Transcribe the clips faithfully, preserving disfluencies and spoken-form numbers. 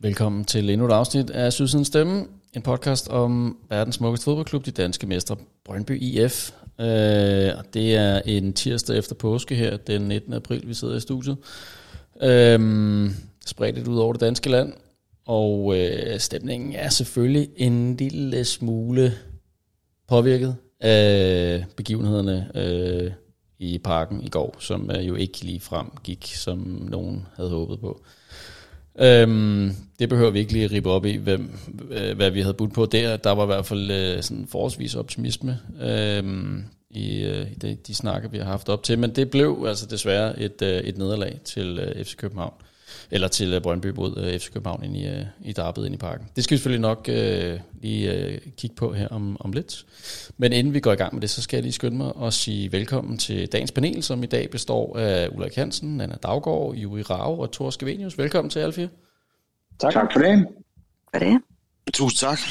Velkommen til endnu et afsnit af Sydsidens Stemme, en podcast om verdens smukkeste fodboldklub, de danske mestre Brøndby I F. Uh, det er en tirsdag efter påske her, den nittende april, vi sidder i studiet. Uh, spredt lidt ud over det danske land, og uh, stemningen er selvfølgelig en lille smule påvirket af begivenhederne uh, i parken i går, som uh, jo ikke lige frem gik, som nogen havde håbet på. Øhm, det behøver vi ikke lige at rippe op i, hvem, øh, hvad vi havde budt på der. Der var i hvert fald øh, sådan forholdsvis optimisme øhm, i, øh, i de, de snakker, vi har haft op til. Men det blev altså desværre et, øh, et nederlag til øh, F C København, eller til øh, Brøndby mod øh, F C København ind i, øh, i derbyet ind i parken. Det skal vi selvfølgelig nok øh, lige øh, kigge på her om, om lidt. Men inden vi går i gang med det, så skal jeg lige skynde mig og sige velkommen til dagens panel, som i dag består af Ulrik Hansen, Nanna Daugaard, Juri Rau og Thor Skevenius. Velkommen til alle fire. Tak, tak for det. For det. Tusind tak.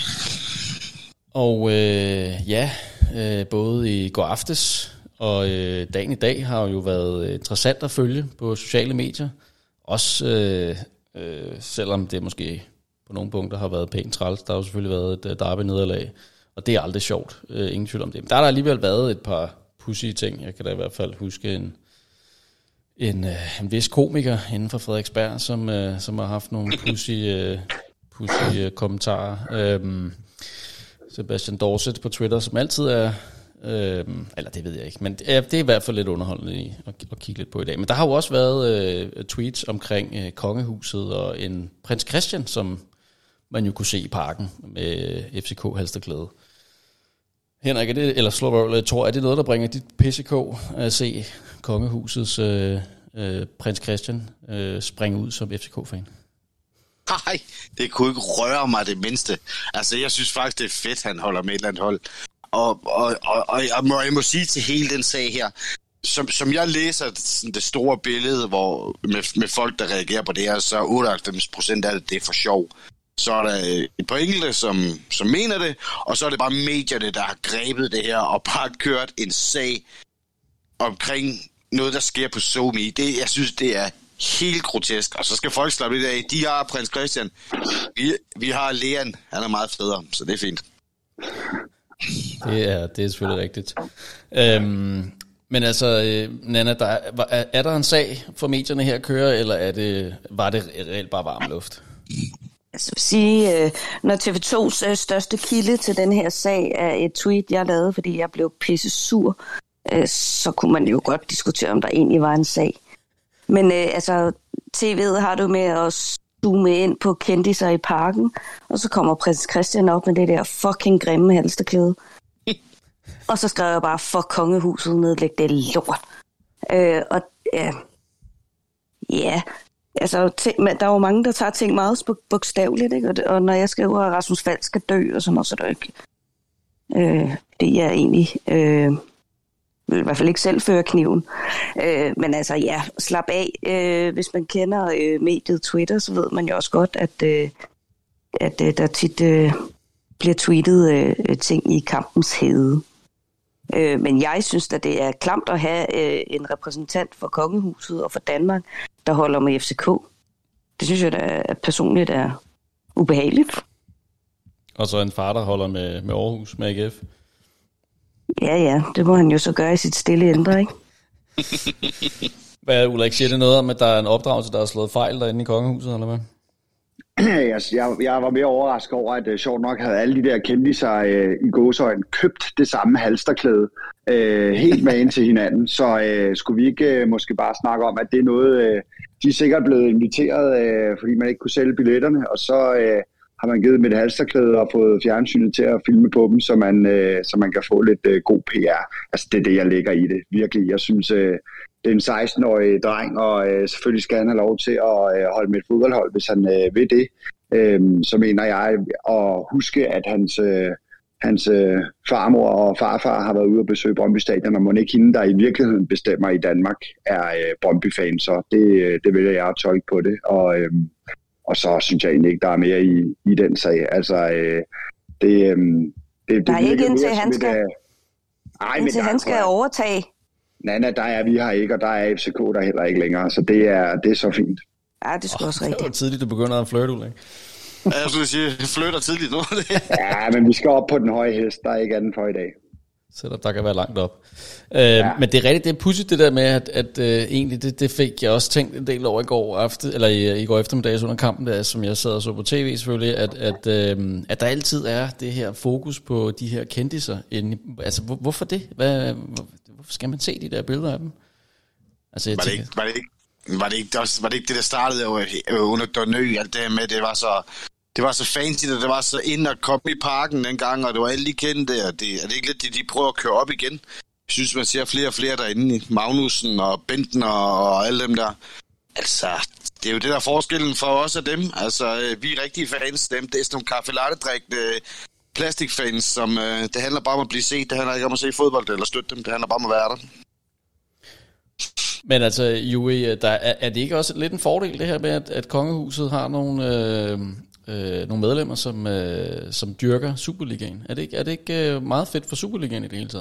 Og øh, ja, øh, både i går aftes og øh, dagen i dag har jo været interessant at følge på sociale medier. Også øh, øh, selvom det måske på nogle punkter har været pænt træls. Der har jo selvfølgelig været et derby-nederlag, og det er aldrig sjovt. Øh, ingen tvivl om det. Men der har der alligevel været et par pudsige ting. Jeg kan da i hvert fald huske en, en, øh, en vis komiker inden for Frederiksberg, som, øh, som har haft nogle pudsige, øh, pudsige øh, kommentarer. Øh, Sebastian Dorset på Twitter, som altid er... Øhm, eller det ved jeg ikke, men det er, det er i hvert fald lidt underholdende at, at kigge lidt på i dag. Men der har jo også været øh, tweets omkring øh, kongehuset og en prins Christian, som man jo kunne se i parken med F C K halsterklæde. Henrik, er det, eller Slå Thor, er det noget, der bringer dit P C K at se kongehusets øh, øh, prins Christian øh, springe ud som F C K-fan? Nej, det kunne ikke røre mig det mindste. Altså, jeg synes faktisk, det er fedt, han holder med et eller andet hold. Og, og, og, og jeg, må, jeg må sige til hele den sag her, som, som jeg læser det, det store billede hvor, med, med folk, der reagerer på det her, så otteoghalvfems procent af det, det er for sjov. Så er der et par enkelte, som, som mener det, og så er det bare medierne, der har grebet det her og bare kørt en sag omkring noget, der sker på SoMe. Det, jeg synes, det er helt grotesk, og så skal folk slappe lidt af. De har prins Christian, vi, vi har Leon, han er meget federe, så det er fint. Det er, det er selvfølgelig rigtigt. Øhm, men altså, øh, Nanna, der er, er, er der en sag for medierne her at køre, eller er det, var det reelt bare varm luft? Jeg vil sige, øh, når T V to's øh, største kilde til den her sag er et tweet, jeg lavede, fordi jeg blev pisse sur, øh, så kunne man jo godt diskutere, om der egentlig var en sag. Men øh, altså, T V'et har du med at zoome ind på kendiser i parken, og så kommer prins Christian op med det der fucking grimme halsterklæde. Og så skrev jeg bare, fuck kongehuset, nedlæg det lort. Øh, og ja, ja, altså, t- der er jo mange, der tager ting meget bogstaveligt, ikke? Og, det, og når jeg skriver, at Rasmus Falk skal dø, og sådan noget, så er det ikke. Øh, det er egentlig... Øh, vil i hvert fald ikke selv føre kniven. Øh, men altså, ja, slap af. Øh, hvis man kender øh, mediet Twitter, så ved man jo også godt, at, øh, at øh, der tit øh, bliver tweetet øh, ting i kampens hede. Øh, men jeg synes, at det er klamt at have øh, en repræsentant for kongehuset og for Danmark, der holder med F C K. Det synes jeg da personligt er ubehageligt. Og så en far, der holder med, med Aarhus, med A G F. Ja, ja, det må han jo så gøre i sit stille indre, ikke? Hvad, Ulrik, siger det noget om, at der er en opdragelse, der har slået fejl derinde i kongehuset, eller hvad? jeg, jeg var mere overrasket over, at uh, sjovt nok havde alle de der kendiser uh, i gåseøjne købt det samme halsterklæde uh, helt med ind til hinanden. Så uh, skulle vi ikke uh, måske bare snakke om, at det er noget, uh, de er sikkert blevet inviteret, uh, fordi man ikke kunne sælge billetterne, og så... Uh, har man givet med et halsterklæde og fået fjernsynet til at filme på dem, så man, øh, så man kan få lidt øh, god P R. Altså det er det, jeg lægger i det. Virkelig, jeg synes, øh, det er en seksten-årig dreng, og øh, selvfølgelig skal han have lov til at øh, holde med et fodboldhold, hvis han øh, vil det. Øh, så mener jeg at huske, at hans, øh, hans øh, farmor og farfar har været ude og besøge Brøndby Stadion, og må ikke hende, der i virkeligheden bestemmer i Danmark, er øh, Brøndby-fan. Så det, det vil jeg tolke på det, og... Øh, Og så synes jeg egentlig ikke, der er mere i, i den sag. Altså, øh, det, øh, det, det Nej, ikke indtil han skal, et, ej, indtil han skal overtage. Nej, nej, der er vi her ikke, og der er F C K der heller ikke længere, så det er, det er så fint. Ja, det skulle oh, også rigtigt. Det var tidligt, du begynder at flirte, Ulrik. Ja, jeg skulle sige, flytter tidligt nu. Ja, men vi skal op på den høje hest. Der er ikke anden for i dag. Selvom der kan være langt op. Øh, ja. Men det er rigtigt, det er pudsigt det der med, at, at uh, egentlig det, det fik jeg også tænkt en del over i går aften, eller i, i går eftermiddags under kampen, der, som jeg sad og så på tv selvfølgelig, at, at, uh, at der altid er det her fokus på de her kendiser. Inde, altså, hvor, hvorfor det? Hvad, hvor, hvorfor skal man se de der billeder af dem? Altså, jeg var, det tænker, ikke, var, det ikke, var, det ikke, var det ikke det, der startede under Dornø, alt det med, det var så... Det var så fancy, og det var så ind at komme i parken dengang, og det var alle de kendte, og det er det ikke lidt, de, de prøver at køre op igen. Jeg synes, man ser flere og flere derinde, Magnussen og Benten og, og alle dem der. Altså, det er jo det der forskellen for os og dem. Altså, vi er rigtige fans, dem, det er sådan nogle kaffe latte-drikkende plastikfans, som det handler bare om at blive set, det handler ikke om at se fodbold eller støtte dem, det handler bare om at være der. Men altså, Joey, der er, er det ikke også lidt en fordel, det her med, at, at kongehuset har nogle... Øh Øh, nogle medlemmer, som, øh, som dyrker Superligaen. Er det ikke, er det ikke øh, meget fedt for Superligaen i det hele taget?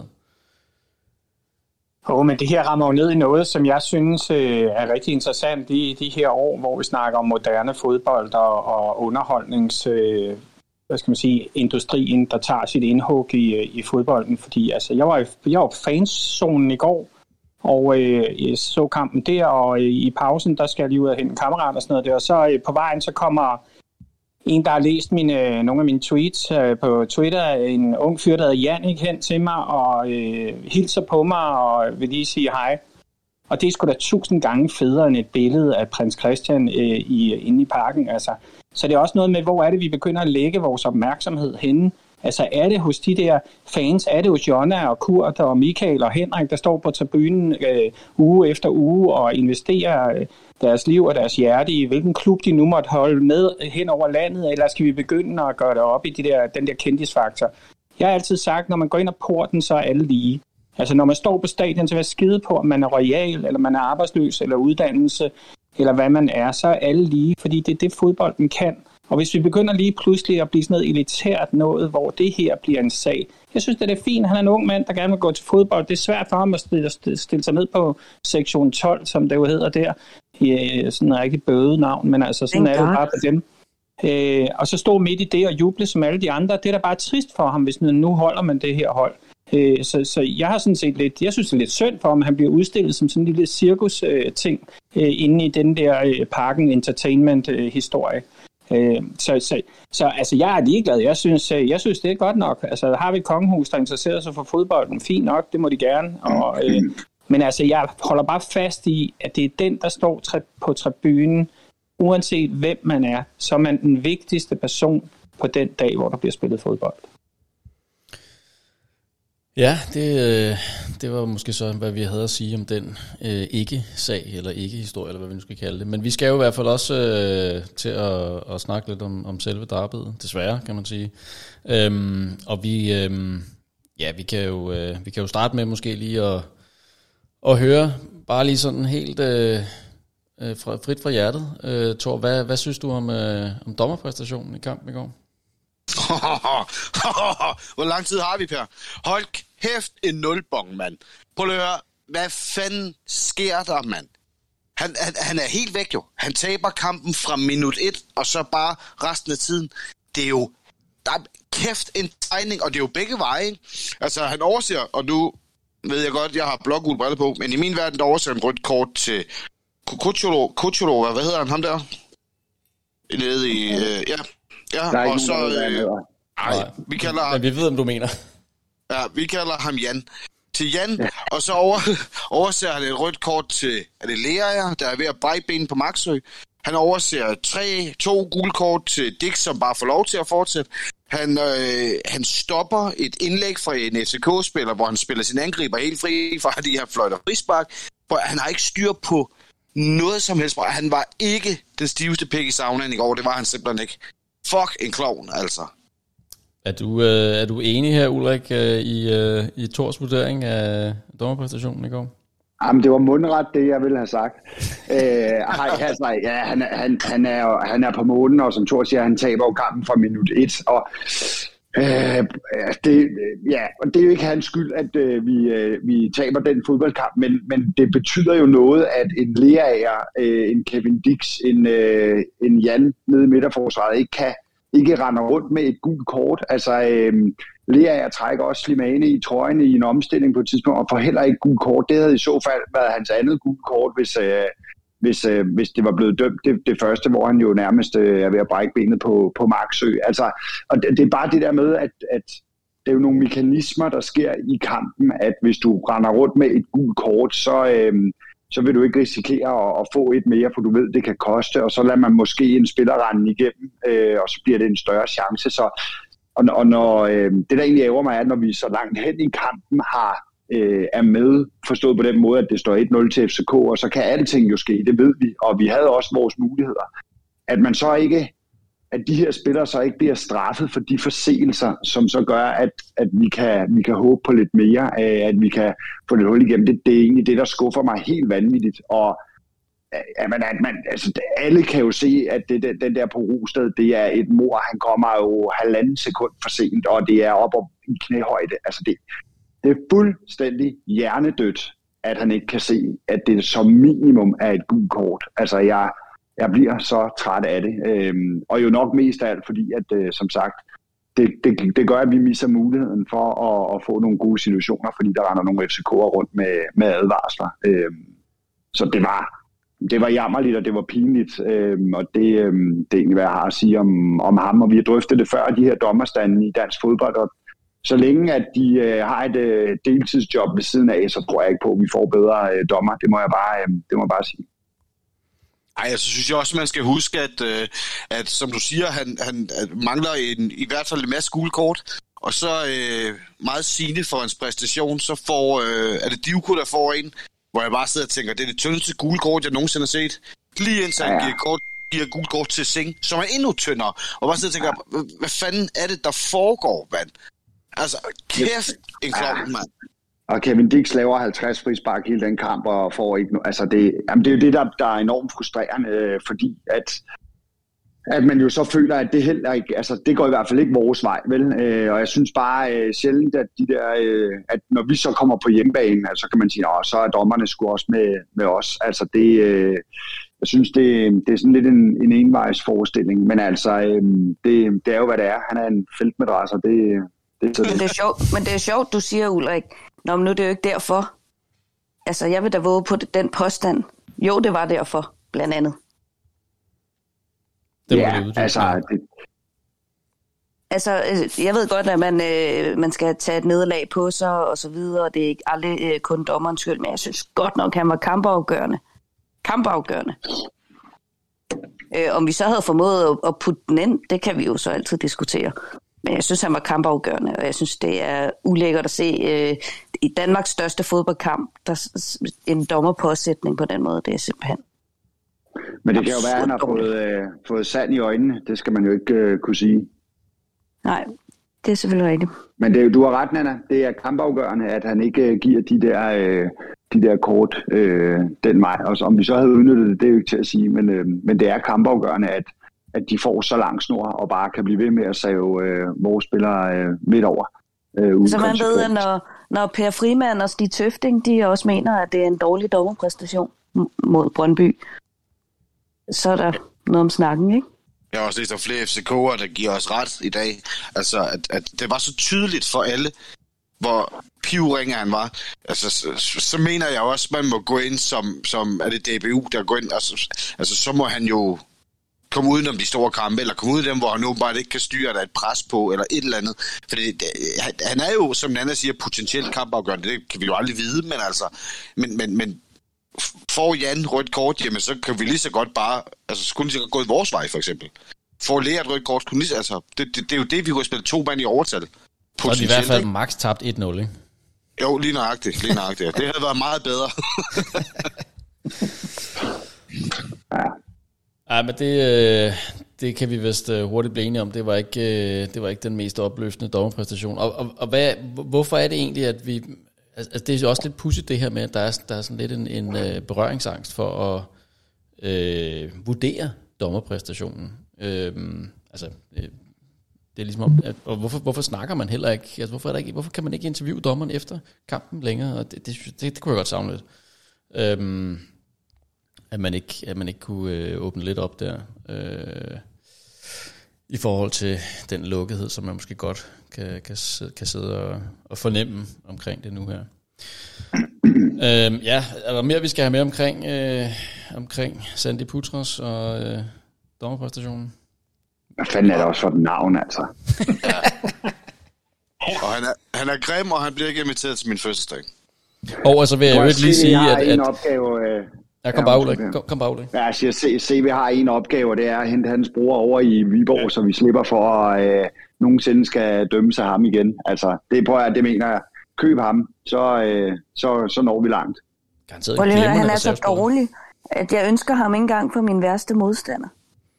Jo, oh, men det her rammer jo ned i noget, som jeg synes øh, er rigtig interessant i de her år, hvor vi snakker om moderne fodbold og, og underholdnings... Øh, hvad skal man sige, industrien, der tager sit indhug i, i fodbolden. Fordi altså, jeg var, jeg var på fanszonen i går, og øh, jeg så kampen der, og øh, i pausen, der skal jeg lige ud og hente en kammerat og sådan noget der. Og så øh, på vejen, så kommer... En, der har læst mine, nogle af mine tweets øh, på Twitter, en ung fyr, der hedder Jannik, hen til mig og øh, hilser på mig og vil lige sige hej. Og det er sgu da tusind gange federe end et billede af prins Christian øh, i, inde i parken. Altså. Så det er også noget med, hvor er det, vi begynder at lægge vores opmærksomhed henne. Altså er det hos de der fans, er det hos Jonna og Kurt og Michael og Henrik, der står på tribunen øh, uge efter uge og investerer øh, deres liv og deres hjerte i, hvilken klub de nu måtte holde med hen over landet, eller skal vi begynde at gøre det op i de der, den der kendisfaktor. Jeg har altid sagt, når man går ind ad porten, så er alle lige. Altså når man står på stadion, så vil jeg skide på, om man er royal, eller man er arbejdsløs, eller uddannelse, eller hvad man er, så er alle lige, fordi det er det fodbolden kan. Og hvis vi begynder lige pludselig at blive sådan noget elitært noget, hvor det her bliver en sag. Jeg synes, det er fint. Han er en ung mand, der gerne vil gå til fodbold. Det er svært for ham at stille, stille sig ned på sektion tolv, som det jo hedder der. I sådan en rigtig bøde navn, men altså sådan er det bare på dem. Øh, og så stå midt i det og juble som alle de andre. Det er da bare trist for ham, hvis nu holder man det her hold. Øh, så, så jeg har sådan set lidt, jeg synes det er lidt synd for ham, at han bliver udstillet som sådan en lille cirkus-ting øh, inde i den der øh, Parken Entertainment-historie. Øh, så, så, så altså, jeg er ligeglad. Jeg synes, jeg synes, det er godt nok. Altså, har vi et kongehus, der interesserer sig for fodbolden? Fint nok, det må de gerne. Og, øh, men altså, jeg holder bare fast i, at det er den, der står tri- på tribunen, uanset hvem man er, så er man den vigtigste person på den dag, hvor der bliver spillet fodbold. Ja, det, det var måske så, hvad vi havde at sige om den øh, ikke-sag, eller ikke-historie, eller hvad vi nu skal kalde det. Men vi skal jo i hvert fald også øh, til at, at snakke lidt om, om selve derbyet, desværre, kan man sige. Øhm, og vi, øh, ja, vi, kan jo, øh, vi kan jo starte med måske lige at, at høre, bare lige sådan helt øh, fra, frit fra hjertet. Øh, Thor, hvad, hvad synes du om, øh, om dommerpræstationen i kampen i går? Hvor lang tid har vi, Per? Hold kæft, en nulbong, mand. Prøv at høre, hvad fanden sker der, mand? Han, han, han er helt væk jo. Han taber kampen fra minut et, og så bare resten af tiden. Det er jo, der er kæft en tegning, og det er jo begge veje, ikke? Altså, han overser, og nu ved jeg godt, jeg har blågule briller på, men i min verden, der overser han rødt kort til Kucholo, Kucholo, hvad hedder han, ham der? Nede i, øh, ja. Ja, og så... Øh, nej, vi kalder... Men vi ved, om du mener. Ja, vi kalder ham Jan. Til Jan, ja. Og så over, overser han et rødt kort til... Er det Lea, der er ved at brække benen på Maxø? Han overser tre, to gule kort til Dix, som bare får lov til at fortsætte. Han, øh, han stopper et indlæg fra en F C K-spiller, hvor han spiller sin angriber helt fri, fordi han fløjter frispark. Han har ikke styr på noget som helst. Han var ikke den stiveste pik i saunaen i går. Det var han simpelthen ikke. Fuck en klovn, altså. Er du, øh, er du enig her, Ulrik, øh, i, øh, i Thors vurdering af dommerpræstationen i går? Jamen, det var mundret, det jeg ville have sagt. øh, hej, altså, ja, han, han, han, er, han er på månen, og som Thor siger, han taber jo kampen fra minut et. Og Øh, det, ja, og det er jo ikke hans skyld, at øh, vi, øh, vi taber den fodboldkamp, men, men det betyder jo noget, at en Leaer, øh, en Kevin Dix, en, øh, en Jan nede i midterforsvaret ikke kan ikke render rundt med et gult kort. Altså, øh, Leaer trækker også Slimane i trøjen i en omstilling på et tidspunkt, og får heller ikke gult kort. Det havde i så fald været hans andet gult kort, hvis, øh, hvis, øh, hvis det var blevet dømt det, det første, hvor han jo nærmest øh, er ved at brække benet på, på Marksø. Altså, og det, det er bare det der med, at, at det er jo nogle mekanismer, der sker i kampen, at hvis du render rundt med et gult kort, så, øh, så vil du ikke risikere at, at få et mere, for du ved, det kan koste, og så lader man måske en spiller rende igennem, øh, og så bliver det en større chance. Så, og, og når, øh, det der egentlig ærger mig er, at når vi så langt hen i kampen har øh, er med, forstået på den måde, at det står et nul til F C K, og så kan alting jo ske, det ved vi, og vi havde også vores muligheder. At man så ikke, at de her spillere så ikke bliver straffet for de forseelser, som så gør, at, at vi, kan, vi kan håbe på lidt mere, at vi kan få lidt hul igennem. Det, det er egentlig det, der skuffer mig helt vanvittigt. Og at man, at man, altså, alle kan jo se, at det, den der på Rosted, det er et mord. Han kommer jo halvanden sekund for sent, og det er op og i knæhøjde. Altså det, det er fuldstændig hjernedødt, at han ikke kan se, at det som minimum er et gult kort. Altså jeg... Jeg bliver så træt af det, øhm, og jo nok mest af alt, fordi at, øh, som sagt, det, det, det gør, at vi misser muligheden for at, at få nogle gode situationer, fordi der render nogle F C K'er rundt med, med advarsler. Øhm, så det var, det var jammerligt, og det var pinligt, øhm, og det, øhm, det er egentlig, hvad jeg har at sige om, om ham. Og vi har drøftet det før, de her dommerstande i dansk fodbold, og så længe at de øh, har et øh, deltidsjob ved siden af, så tror jeg ikke på, at vi får bedre øh, dommer. Det må jeg bare, øh, det må jeg bare sige. Ej, så synes jeg også, at man skal huske, at, øh, at som du siger, han, han mangler en, i hvert fald en masse gule kort, og så øh, meget sigende for hans præstation, så får, øh, er det Divko, der får en, hvor jeg bare sidder og tænker, det er det tyndeste gule kort, jeg nogensinde har set. Lige indtil han giver, kort, giver gule kort til Sing, som er endnu tyndere, og bare sidder og tænker, hvad fanden er det, der foregår, mand? Altså, kæft en klokken, mand. Og Kevin Dix laver halvtreds frispark hele den kamp og får ikke no- altså det, jamen det er jo det, der, der er enormt frustrerende, øh, fordi at, at man jo så føler, at det heller ikke, altså det går i hvert fald ikke vores vej, vel? Øh, og jeg synes bare øh, sjældent, at de der, øh, at når vi så kommer på hjemmebanen, altså, så kan man sige, åh, så er dommerne sgu også med, med os. Altså det, øh, jeg synes, det, det er sådan lidt en, en envejs forestilling, men altså, øh, det, det er jo, hvad det er. Han er en feltmadrasser, det, det er men, det er sjovt, men det er sjovt, du siger, Ulrik. Nå, men nu er det jo ikke derfor. Altså, jeg vil da våge på den påstand. Jo, det var derfor, blandt andet. Det ja, det altså... Det... Altså, jeg ved godt, at man, øh, man skal tage et nederlag på sig, og så videre, og det er ikke aldrig øh, kun dommerens skyld, men jeg synes godt nok, han var kampafgørende. Kampafgørende. Øh, om vi så havde formået at, at putte den ind, det kan vi jo så altid diskutere. Men jeg synes, han var kampafgørende, og jeg synes, det er ulækkert at se øh, i Danmarks største fodboldkamp, der en dommerpåsætning på den måde. Det er simpelthen... Men det kan jo være, at han har fået, øh, fået sand i øjnene. Det skal man jo ikke øh, kunne sige. Nej, det er selvfølgelig rigtigt. Men det, du har ret, Nana. Det er kampafgørende, at han ikke øh, giver de der, øh, de der kort øh, den vej. Og så, om vi så havde udnyttet det, det er jo ikke til at sige. Men, øh, men det er kampafgørende, at at de får så lang snor og bare kan blive ved med at save øh, vores spillere øh, midt over. Øh, så man ved, at når, når Per Frimann og Stig Tøfting, de også mener, at det er en dårlig dommerpræstation mod Brøndby, så er der noget om snakken, ikke? Jeg har også læst af flere F C K'er, der giver os ret i dag. Altså, at, at det var så tydeligt for alle, hvor pivringer han var. Altså, så, så mener jeg også, at man må gå ind som, som er det D B U, der går ind. Altså, altså så må han jo komme udenom de store kampe, eller komme ud af dem, hvor han åbenbart ikke kan styre, der er et pres på, eller et eller andet. For det, han er jo, som Nana siger, potentielt kampafgørende. Det kan vi jo aldrig vide, men altså... Men, men, men får Jan rødt kort, jamen så kan vi lige så godt bare... Altså, så kunne lige så godt gå i vores vej, for eksempel. Får Lea et rødt kort, kunne lige, altså... Det, det, det er jo det, vi kunne spille to mand i overtal. Så er de i hvert fald max tabt et nul, ikke? Jo, lige nøjagtigt. Lige nøjagtigt. Det havde været meget bedre. Ja. Ja, men det, det kan vi vist hurtigt blive enige om. Det var ikke, det var ikke den mest opløftende dommerpræstation. Og, og, og hvad, hvorfor er det egentlig, at vi... Altså, det er jo også lidt pudsigt det her med, at der er, der er sådan lidt en, en berøringsangst for at øh, vurdere dommerpræstationen. Øh, altså, øh, det er ligesom om, at, og hvorfor, hvorfor snakker man heller ikke, altså hvorfor, er der ikke, hvorfor kan man ikke interviewe dommeren efter kampen længere, og det, det, det, det kunne jeg godt savne lidt. Øhm, at man ikke, at man ikke kunne øh, åbne lidt op der, øh, i forhold til den lukkethed, som man måske godt kan, kan, kan sidde og, og fornemme omkring det nu her. øhm, ja, er der mere, vi skal have med omkring, øh, omkring Sandy Putros og øh, dommerpræstationen? Hvad fanden er det også for et navn, altså? Ja. Og han er, han er grim, og han bliver ikke inviteret til min fødselsdag. Og altså vil jeg jo ikke lige sige, at... at en at opgave, øh, ja, kom bare, Ulrik. Kom, kom bare, Ulrik. Ja, jeg siger, C V har en opgave, og det er at hente hans bror over i Viborg, ja. Så vi slipper for at øh, nogensinde skal dømme sig ham igen. Altså, det prøver jeg, det mener jeg. Køb ham, så, øh, så, så når vi langt. Prøv lige, han er så dårlig, at jeg ønsker ham ikke engang for min værste modstander.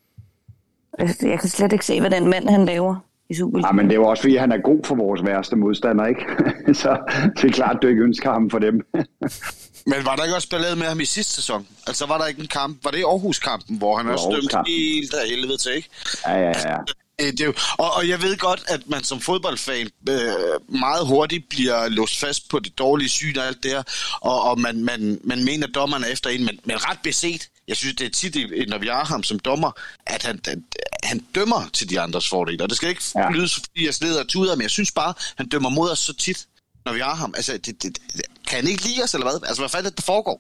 Jeg kan slet ikke se, hvad den mand, han laver i Superligaen. Ja, men det er jo også, fordi han er god for vores værste modstander, ikke? Så det er klart, at du ikke ønsker ham for dem. Men var der ikke også ballade med ham i sidste sæson? Altså var der ikke en kamp? Var det Aarhus-kampen, hvor han også dømt helt af helvede til, ikke? Ja, ja, ja. Det er jo, og, og jeg ved godt, at man som fodboldfan øh, meget hurtigt bliver låst fast på det dårlige syn og alt det her, og, og man, man, man mener dommerne efter en, men, men ret beset, jeg synes, det er tit, når vi har ham som dommer, at han, at han dømmer til de andres fordele, og det skal ikke ja. lyde, fordi jeg sleder og tuder, men jeg synes bare, han dømmer mod os så tit, når vi har ham. Altså, det, det, det, kan han ikke lide os, eller hvad? Altså, hvad fanden er det, der foregår?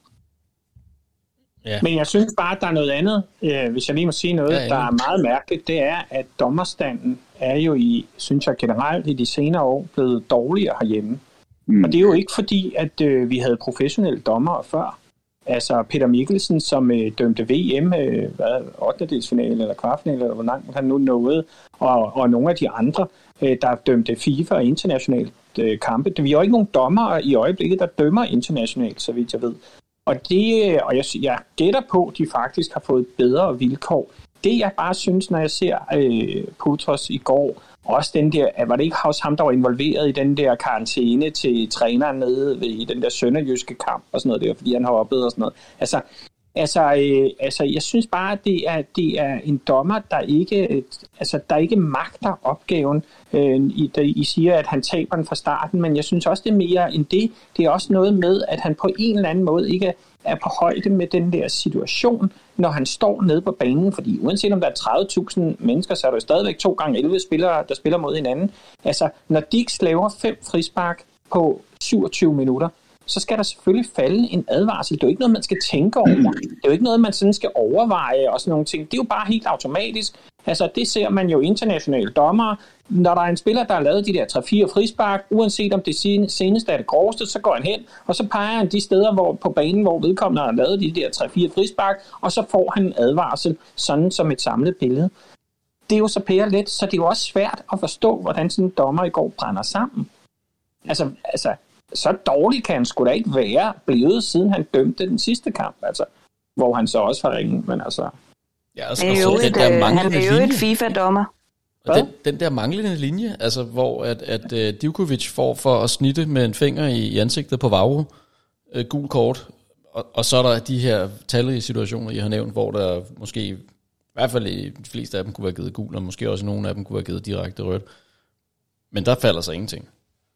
Ja. Men jeg synes bare, at der er noget andet, øh, hvis jeg lige må sige noget, ja, ja. der er meget mærkeligt, det er, at dommerstanden er jo i, synes jeg generelt, i de senere år blevet dårligere herhjemme. Mm. Og det er jo ikke fordi, at øh, vi havde professionelle dommere før. Altså Peter Mikkelsen, som øh, dømte V M, øh, hvad, ottendedelsfinale eller kvartfinale, eller hvor langt han nu nåede, og, og nogle af de andre, øh, der dømte FIFA og internationalt øh, kampe. Vi har jo ikke nogen dommere i øjeblikket, der dømmer internationalt, så vidt jeg ved. Og, det, og jeg, jeg gætter på, at de faktisk har fået bedre vilkår. Det jeg bare synes, når jeg ser øh, Putros i går, også den der, var det ikke også ham, der var involveret i den der karantæne til træneren nede i den der sønderjyske kamp og sådan noget der, fordi han har oplevet og sådan noget. Altså, altså, øh, altså jeg synes bare, at det er, det er en dommer, der ikke, altså, der ikke magter opgaven. Øh, I, der, I siger, at han taber den fra starten, men jeg synes også, det er mere end det. Det er også noget med, at han på en eller anden måde ikke er på højde med den der situation, når han står nede på banen, fordi uanset om der er tredive tusind mennesker, så er der jo stadigvæk to gange elleve spillere, der spiller mod hinanden. Altså, når Dix laver fem frispark på syvogtyve minutter, så skal der selvfølgelig falde en advarsel. Det er jo ikke noget, man skal tænke over. Det er jo ikke noget, man sådan skal overveje og sådan nogle ting. Det er jo bare helt automatisk. Altså, det ser man jo internationale dommere. Når der er en spiller, der har lavet de der tre fire frispark, uanset om det seneste er det groveste, så går han hen, og så peger han de steder hvor, på banen, hvor vedkommende har lavet de der tre fire frispark, og så får han en advarsel, sådan som et samlet billede. Det er jo så pære let, så det er jo også svært at forstå, hvordan sådan en dommer i går brænder sammen. Altså, altså så dårligt kan han sgu da ikke være blevet, siden han dømte den sidste kamp, altså, hvor han så også var ringen, men altså... Ja, altså, han er jo et, der han er jo et FIFA-dommer. Den, den der manglende linje, altså hvor at, at uh, Divkovic får for at snitte med en finger i, i ansigtet på Vavro, uh, gul kort, og, og så er der de her talrige situationer, I har nævnt, hvor der måske, i hvert fald i de fleste af dem kunne være givet gul, og måske også nogle af dem kunne være givet direkte rødt. Men der falder så ingenting.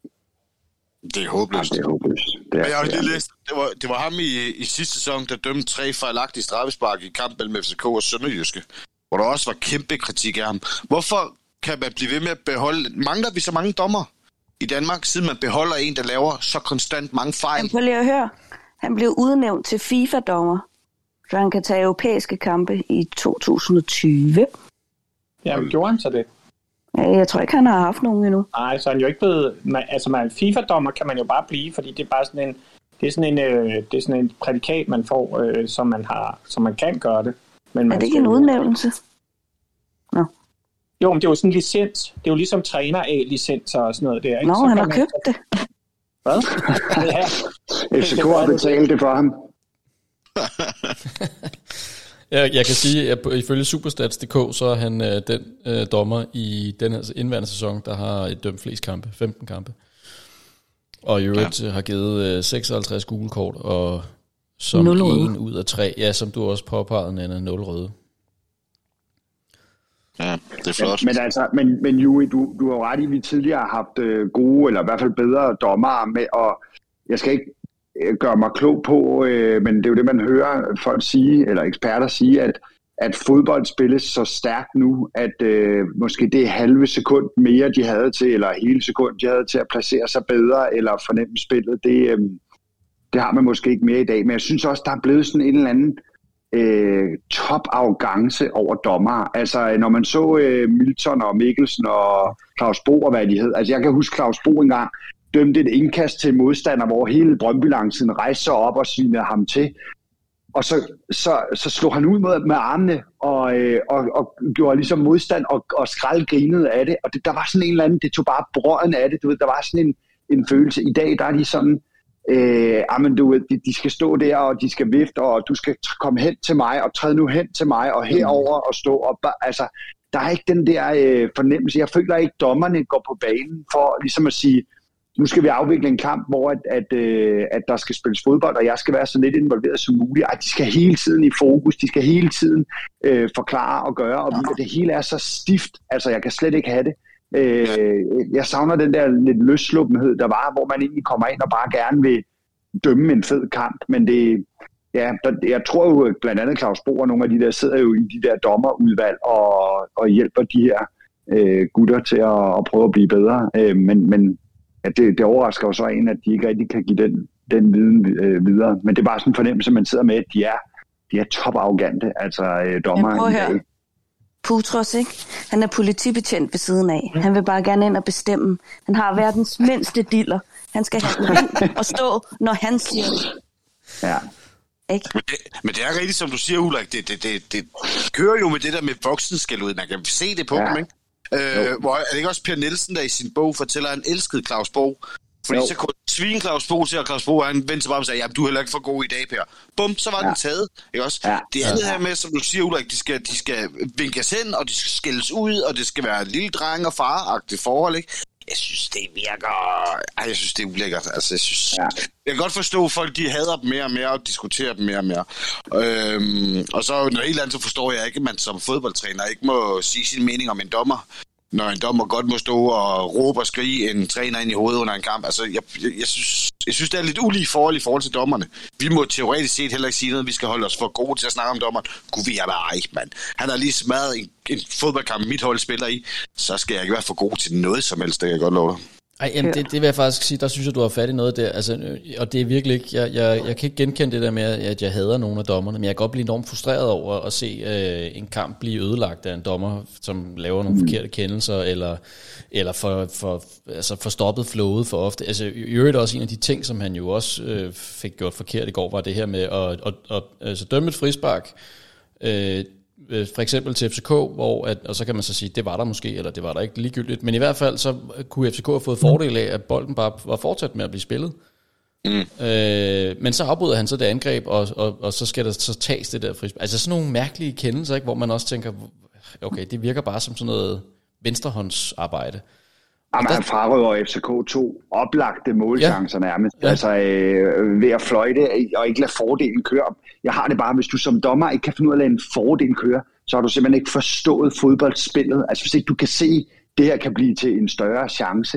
Det er håbløst. Ja, det er håbløst. Det, er, jeg har det, lige læst, det var, det var ham i, i sidste sæson, der dømte tre fejlagtige straffespark i kamp mellem F C K og Sønderjyske, hvor der også var kæmpe kritik af ham. Hvorfor kan man blive ved med at beholde... Mangler vi så mange dommer i Danmark, siden man beholder en, der laver så konstant mange fejl? Men prøv lige at høre. Han blev udnævnt til FIFA-dommer, så han kan tage europæiske kampe i to tusind og tyve. Jamen, gjorde han så det? Jeg tror ikke, han har haft nogen endnu. Nej, så er han jo ikke blevet... Altså, man FIFA-dommer kan man jo bare blive, fordi det er bare sådan en... Det er sådan en, øh, det er sådan en prædikat, man får, øh, som man har, som man kan gøre det. Men man er det ikke en udnævnelse? Nå. Jo, men det er jo sådan en licens. Det er jo ligesom træner af licenser og sådan noget der. Ikke? Nå, så han har man... købt det. Hvad? F C K har betalt det for ham. jeg, jeg kan sige, at ifølge Superstats punktum d k, så er han øh, den øh, dommer i den her indværende sæson, der har dømt flest kampe, femten kampe. Og i øvrigt ja. har givet øh, seksoghalvtreds gule kort, og som en ud af tre, ja, som du også påpegede, Nana, nul røde. Ja, det er flot. Men, men altså, men, men Juri, du, du har jo ret i, at vi tidligere har haft øh, gode, eller i hvert fald bedre dommere med, og jeg skal ikke øh, gøre mig klog på, øh, men det er jo det, man hører folk sige, eller eksperter sige, at, at fodbold spilles så stærkt nu, at øh, måske det halve sekund mere, de havde til, eller hele sekund, de havde til at placere sig bedre, eller fornemme spillet, det, øh, det har man måske ikke mere i dag. Men jeg synes også, der er blevet sådan en eller anden Øh, top-arrogance over dommer. Altså, når man så øh, Milton og Mikkelsen og Claus Bo og hvad de hed. Altså, jeg kan huske, Claus Bo engang dømte et indkast til modstander, hvor hele Brøndby-langsiden rejste sig op og svinede ham til. Og så, så, så slog han ud med, med armene og, øh, og, og gjorde ligesom modstand og, og skraldgrinede af det. Og det, der var sådan en eller anden, det tog bare brøden af det. Du ved, der var sådan en, en følelse. I dag, der er de sådan, Øh, amen, du ved, de, de skal stå der, og de skal vifte, og du skal komme hen til mig, og træde nu hen til mig, og herover og stå op. Altså, der er ikke den der øh, fornemmelse. Jeg føler ikke, dommerne går på banen for ligesom at sige, nu skal vi afvikle en kamp, hvor at, at, øh, at der skal spilles fodbold, og jeg skal være så lidt involveret som muligt. Ej, de skal hele tiden i fokus, de skal hele tiden øh, forklare og gøre, og det hele er så stift, altså jeg kan slet ikke have det. Øh, jeg savner den der lidt løssluppenhed, der var, hvor man egentlig kommer ind og bare gerne vil dømme en fed kamp, men det, ja, der, jeg tror jo blandt andet Claus Bo og nogle af de der sidder jo i de der dommerudvalg og, og hjælper de her øh, gutter til at, at prøve at blive bedre, øh, men, men ja, det, det overrasker jo så en, at de ikke rigtig kan give den, den viden øh, videre, men det er bare sådan en fornemmelse, man sidder med, at de er, de er top-arrogante, altså øh, dommer i dag. Putros, ikke? Han er politibetjent ved siden af. Han vil bare gerne ind og bestemme. Han har verdens mindste diller. Han skal have den ind og stå, når han siger det. Ja. Ikke? Men, det, men det er rigtigt, som du siger, Ulrik. Det, det, det, det kører jo med det der med voksenskæld ud. Man kan se det på ja. dem, ikke? Øh, hvor, er det ikke også Per Nielsen, der i sin bog fortæller, at han elskede Claus Bo? Fordi jo. Så kunne svine Claus Bo til, og Claus Bo han vendte tilbage og sagde, jamen du er heller ikke for god i dag, Per. Bum, så var ja. den taget. Ikke også? Ja. Det andet her med, som du siger, Ulrik, de skal, de skal vinkes hen, og de skal skældes ud, og det skal være lille dreng og far-agtigt forhold, ikke? Jeg synes, det virker... Ej, jeg synes, det er ulækkert. Altså, jeg synes... Ja. Jeg kan godt forstå, at folk de hader dem mere og mere, og diskuterer dem mere og mere. Øhm, og så noget helt andet, så forstår jeg ikke, at man som fodboldtræner ikke må sige sin mening om en dommer. Når en dommer godt må stå og råbe og skrige en træner ind i hovedet under en kamp. Altså, jeg, jeg, jeg, synes, jeg synes, det er lidt ulige forhold i forhold til dommerne. Vi må teoretisk set heller ikke sige noget, vi skal holde os for gode til at snakke om dommeren. Gud, vi er der ej, mand. Han har lige smadret en, en fodboldkamp, mit hold spiller i. Så skal jeg ikke være for god til noget som helst, det kan jeg godt love dig. Ej, jamen, det, det vil jeg faktisk sige, der synes jeg, du har fat i noget der, altså, og det er virkelig ikke, jeg, jeg, jeg kan ikke genkende det der med, at jeg hader nogle af dommerne, men jeg kan godt blive enormt frustreret over at se øh, en kamp blive ødelagt af en dommer, som laver nogle mm. forkerte kendelser, eller, eller for, for, altså for stoppet flowet for ofte. Altså, i øvrigt også en af de ting, som han jo også øh, fik gjort forkert i går, var det her med at, at, at, at altså, dømme et frispark, øh, for eksempel til F C K, hvor at, og så kan man så sige, det var der måske, eller det var der ikke ligegyldigt, men i hvert fald så kunne F C K have fået fordel af, at bolden bare var fortsat med at blive spillet. Mm. Øh, men så afbryder han så det angreb, og, og, og så skal der så tages det der frispark. Altså sådan nogle mærkelige kendelser, ikke, hvor man også tænker, okay, det virker bare som sådan noget venstrehåndsarbejde. Jamen, han frarøver F C K to oplagte målchancer ja. nærmest. Ja. Altså øh, ved at fløjte og ikke lade fordelen køre. Jeg har det bare, hvis du som dommer ikke kan finde ud af at lade en fordel køre, så har du simpelthen ikke forstået fodboldspillet. Altså hvis ikke du kan se, det her kan blive til en større chance.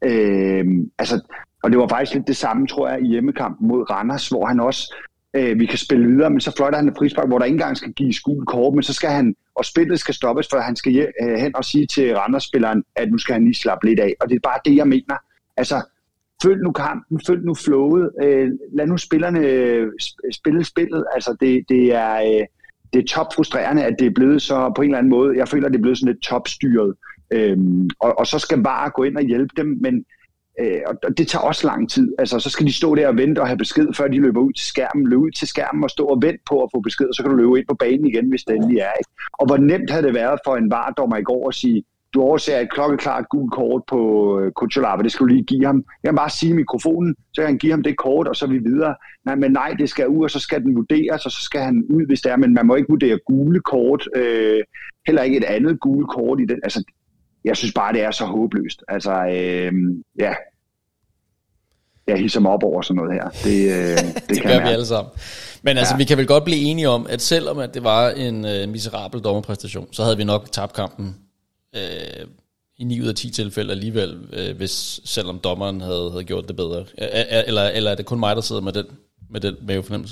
Øh, altså, og det var faktisk lidt det samme, tror jeg, i hjemmekampen mod Randers, hvor han også, øh, vi kan spille videre, men så fløjter han et frispark, hvor der ikke engang skal give gult kort, men så skal han, og spillet skal stoppes, for han skal hen og sige til Randers-spilleren, at nu skal han lige slappe lidt af. Og det er bare det, jeg mener. Altså, følg nu kampen, følg nu flowet, øh, lad nu spillerne øh, spille spillet. Altså, det, det er... Øh, det er topfrustrerende, at det er blevet så på en eller anden måde, jeg føler, at det er blevet sådan lidt topstyret. Øhm, og, og så skal V A R gå ind og hjælpe dem, men øh, og det tager også lang tid. Altså, så skal de stå der og vente og have besked, før de løber ud til skærmen. Løbe ud til skærmen og stå og vente på at få besked, og så kan du løbe ind på banen igen, hvis det endelig er. Ikke? Og hvor nemt havde det været for en V A R-dommer i går at sige, du overser et klokkeklart gult kort på uh, Kuchelava, det skal du lige give ham. Jeg kan bare sige mikrofonen, så kan han give ham det kort, og så er vi videre. Nej, men nej, det skal ud, og så skal den vurderes, og så skal han ud, hvis det er, men man må ikke vurdere gule kort, øh, heller ikke et andet gule kort i den. Altså, jeg synes bare, det er så håbløst. Altså, øh, ja. jeg hisser mig op over sådan noget her. Det, øh, det, det kan gør vi alle sammen. Men altså, ja. vi kan vel godt blive enige om, at selvom at det var en øh, miserabel dommerpræstation, så havde vi nok tabt kampen øh, i ni ud af ti tilfælde alligevel, øh, hvis selvom dommeren havde, havde gjort det bedre. Æ, eller, eller er det kun mig, der sidder med den, med den mavefornemmelse?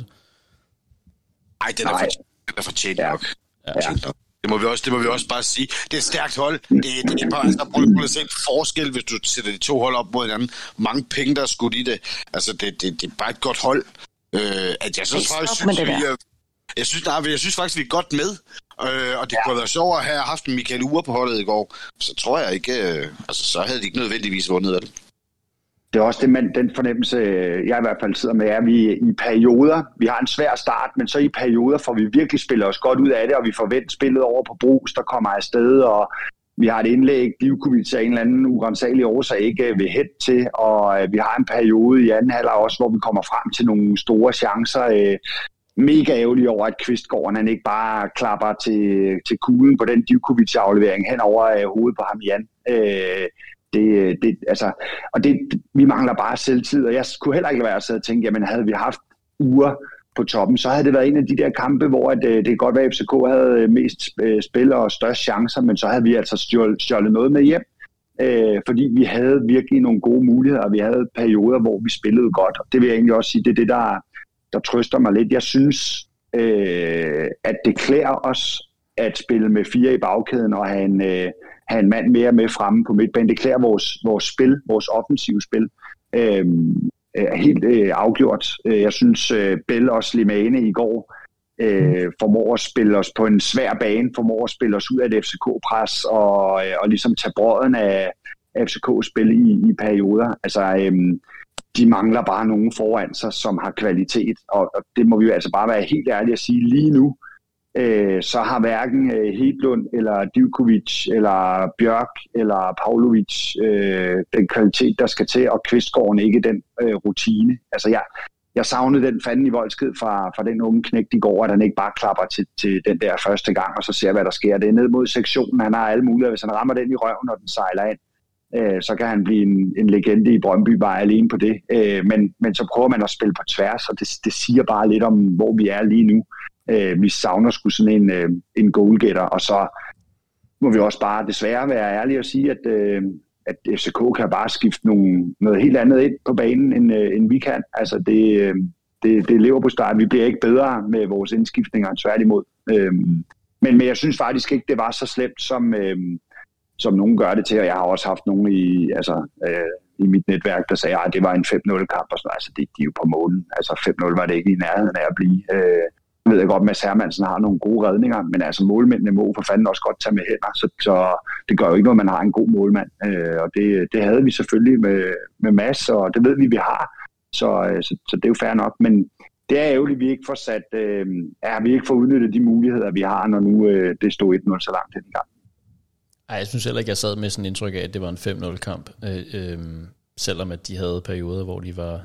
Nej, den er Nej. for, den er fortjent Ja. nok. Ja. Det må vi også, det må vi også bare sige. Det er et stærkt hold. Det, det er bare, altså, prøv, prøv at se en forskel, hvis du sætter de to hold op mod hinanden. Mange penge, der er skudt i det. Altså, det, det, det er bare et godt hold. Øh, at jeg synes faktisk, synes, vi er, jeg synes, nej, jeg synes faktisk, vi er godt med. Øh, og det ja. kunne have været sjovere at have haft Michael Ure på holdet i går. Så tror jeg ikke, øh, altså, så havde de ikke nødvendigvis vundet af det. Det er også det, man, den fornemmelse, jeg i hvert fald sidder med, er, at vi i perioder, vi har en svær start, men så i perioder får vi virkelig spillet os godt ud af det, og vi forventer spillet over på Brugs, der kommer afsted, og vi har et indlæg, Divkovic af en eller anden urensagelig årsag ikke vil hætte til, og vi har en periode i anden halvleg også, hvor vi kommer frem til nogle store chancer. Mega ærgerlig over, at Kvistgaard, han ikke bare klapper til, til kuglen på den Divkovic-aflevering hen over hovedet på ham, Jan. Det, det, altså, og det, vi mangler bare selvtid, og jeg kunne heller ikke lade være at sidde og tænke, jamen havde vi haft uger på toppen, så havde det været en af de der kampe, hvor at, det kan godt være, at F C K havde mest spil og størst chancer, men så havde vi altså stjålet, stjålet noget med hjem, øh, fordi vi havde virkelig nogle gode muligheder, og vi havde perioder, hvor vi spillede godt, og det vil jeg egentlig også sige, det er det, der, der trøster mig lidt. Jeg synes, øh, at det klæder os at spille med fire i bagkæden og have en øh, have en mand mere med fremme på midtbanen. Det klæder vores, vores spil, vores offensive spil, øh, er helt øh, afgjort. Jeg synes, øh, Bell og Slimane i går øh, formår at spille os på en svær bane, formår at spille os ud af et F C K-pres og, øh, og ligesom tage brøden af, af F C K-spil i, i perioder. Altså, øh, de mangler bare nogen foran sig, som har kvalitet, og, og det må vi jo altså bare være helt ærlige at sige lige nu. Så har hverken Hedlund eller Divkovic eller Bjørk eller Pavlovic øh, den kvalitet, der skal til, og Kvistgaard ikke den øh, rutine. Altså jeg, jeg savnede den fanden i voldsked fra, fra den unge knægt i går, at han ikke bare klapper til, til den der første gang, og så ser, hvad der sker. Det er ned mod sektionen, han har alle muligheder. Hvis han rammer den i røven, når den sejler ind, øh, så kan han blive en, en legende i Brøndby bare alene på det. Øh, men, men så prøver man at spille på tværs, og det, det siger bare lidt om, hvor vi er lige nu. Uh, vi savner sgu sådan en, uh, en goalgetter, og så må vi også bare desværre være ærlige og sige, at, uh, at F C K kan bare skifte nogle, noget helt andet ind på banen, end, uh, end vi kan. Altså det, uh, det, det lever på start. Vi bliver ikke bedre med vores indskiftninger, tværtimod. Uh, men, men jeg synes faktisk ikke, det var så slemt, som, uh, som nogen gør det til, og jeg har også haft nogen i, altså, uh, i mit netværk, der sagde, at det var en fem nul kamp, og sådan noget. Altså det, de er jo på målen. Altså fem nul var det ikke i nærheden af at blive. Uh, Jeg ved godt, at Mads Hermansen har nogle gode redninger, men altså målmændene må for fanden også godt tage med hænder, så, så det gør jo ikke noget, man har en god målmand. Øh, og det, det havde vi selvfølgelig med, med Mads, og det ved vi, vi har. Så, så, så det er jo fair nok, men det er ærgerligt, at vi ikke får sat, øh, ja, vi ikke får udnyttet de muligheder, vi har, når nu øh, det stod et nul så langt hen i gang. Ej, jeg synes heller ikke, jeg sad med sådan en indtryk af, at det var en fem nul kamp, øh, øh, selvom at de havde perioder, hvor de var...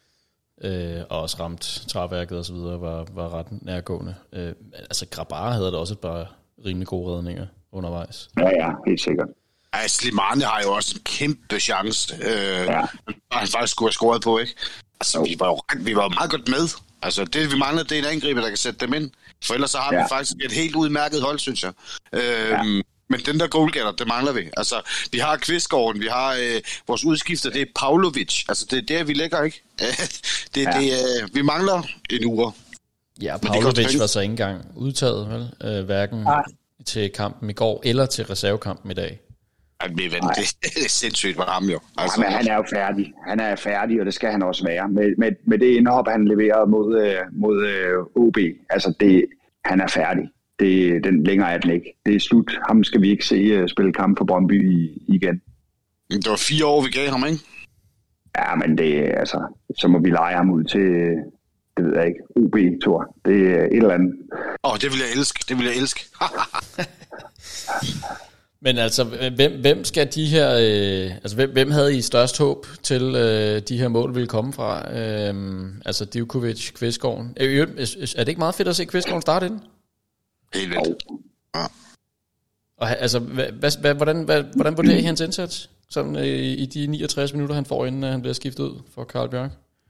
Øh, og også ramt træværket og så videre, var, var ret nærgående. Øh, altså Grabar havde da også et par rimelig gode redninger undervejs. Ja, ja, helt sikkert. Ja, Slimane har jo også en kæmpe chance. Øh, ja. Han faktisk skulle have scoret på, ikke? Altså, vi var jo vi var meget godt med. Altså, det vi mangler, det er en angriber, der kan sætte dem ind. For ellers så har ja. vi faktisk et helt udmærket hold, synes jeg. Øh, ja. Men den der goalgetter, det mangler vi. Altså, vi har Kvistgaard, vi har øh, vores udskifter, det er Pavlovic. Altså, det er der, vi ligger, ikke? det, ja. det, øh, vi mangler en uge. Ja, Pavlovic var så ikke engang udtaget, vel? Øh, hverken ja. til kampen i går, eller til reservekampen i dag. Ja, det, det er sindssygt for ham jo. Altså, ja, men han er jo færdig. Han er færdig, og det skal han også være. Med, med, med det indhop, han leverer mod, øh, mod øh, O B. Altså, det, han er færdig. Det, den længere er den ikke. Det er slut. Ham skal vi ikke se uh, spille kamp for Brøndby i, igen. Det var fire år, vi gav ham, ikke? Ja, men det altså, så må vi lege ham ud til, det ved jeg ikke, O B-tur. Det er et eller andet. Åh, oh, det vil jeg elske. Det vil jeg elske. Men altså, hvem, hvem skal de her, øh, altså hvem, hvem havde I størst håb til øh, de her mål ville komme fra? Øh, altså Divkovic, Kvistgaard. Er, er det ikke meget fedt at se Kvistgaard starte ind? Helt vildt. Ja. Og altså, hvad, hvad, hvordan, hvad, hvordan vurderer I hans indsats? sådan øh, i de niogtres minutter, han får, inden han bliver skiftet ud for Carl Bjørk?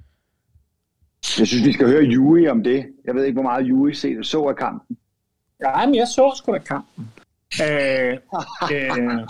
Jeg synes, vi skal høre Yuri om det. Jeg ved ikke, hvor meget Yuri så af kampen. Ja, men jeg så sgu da kampen. Øh, øh,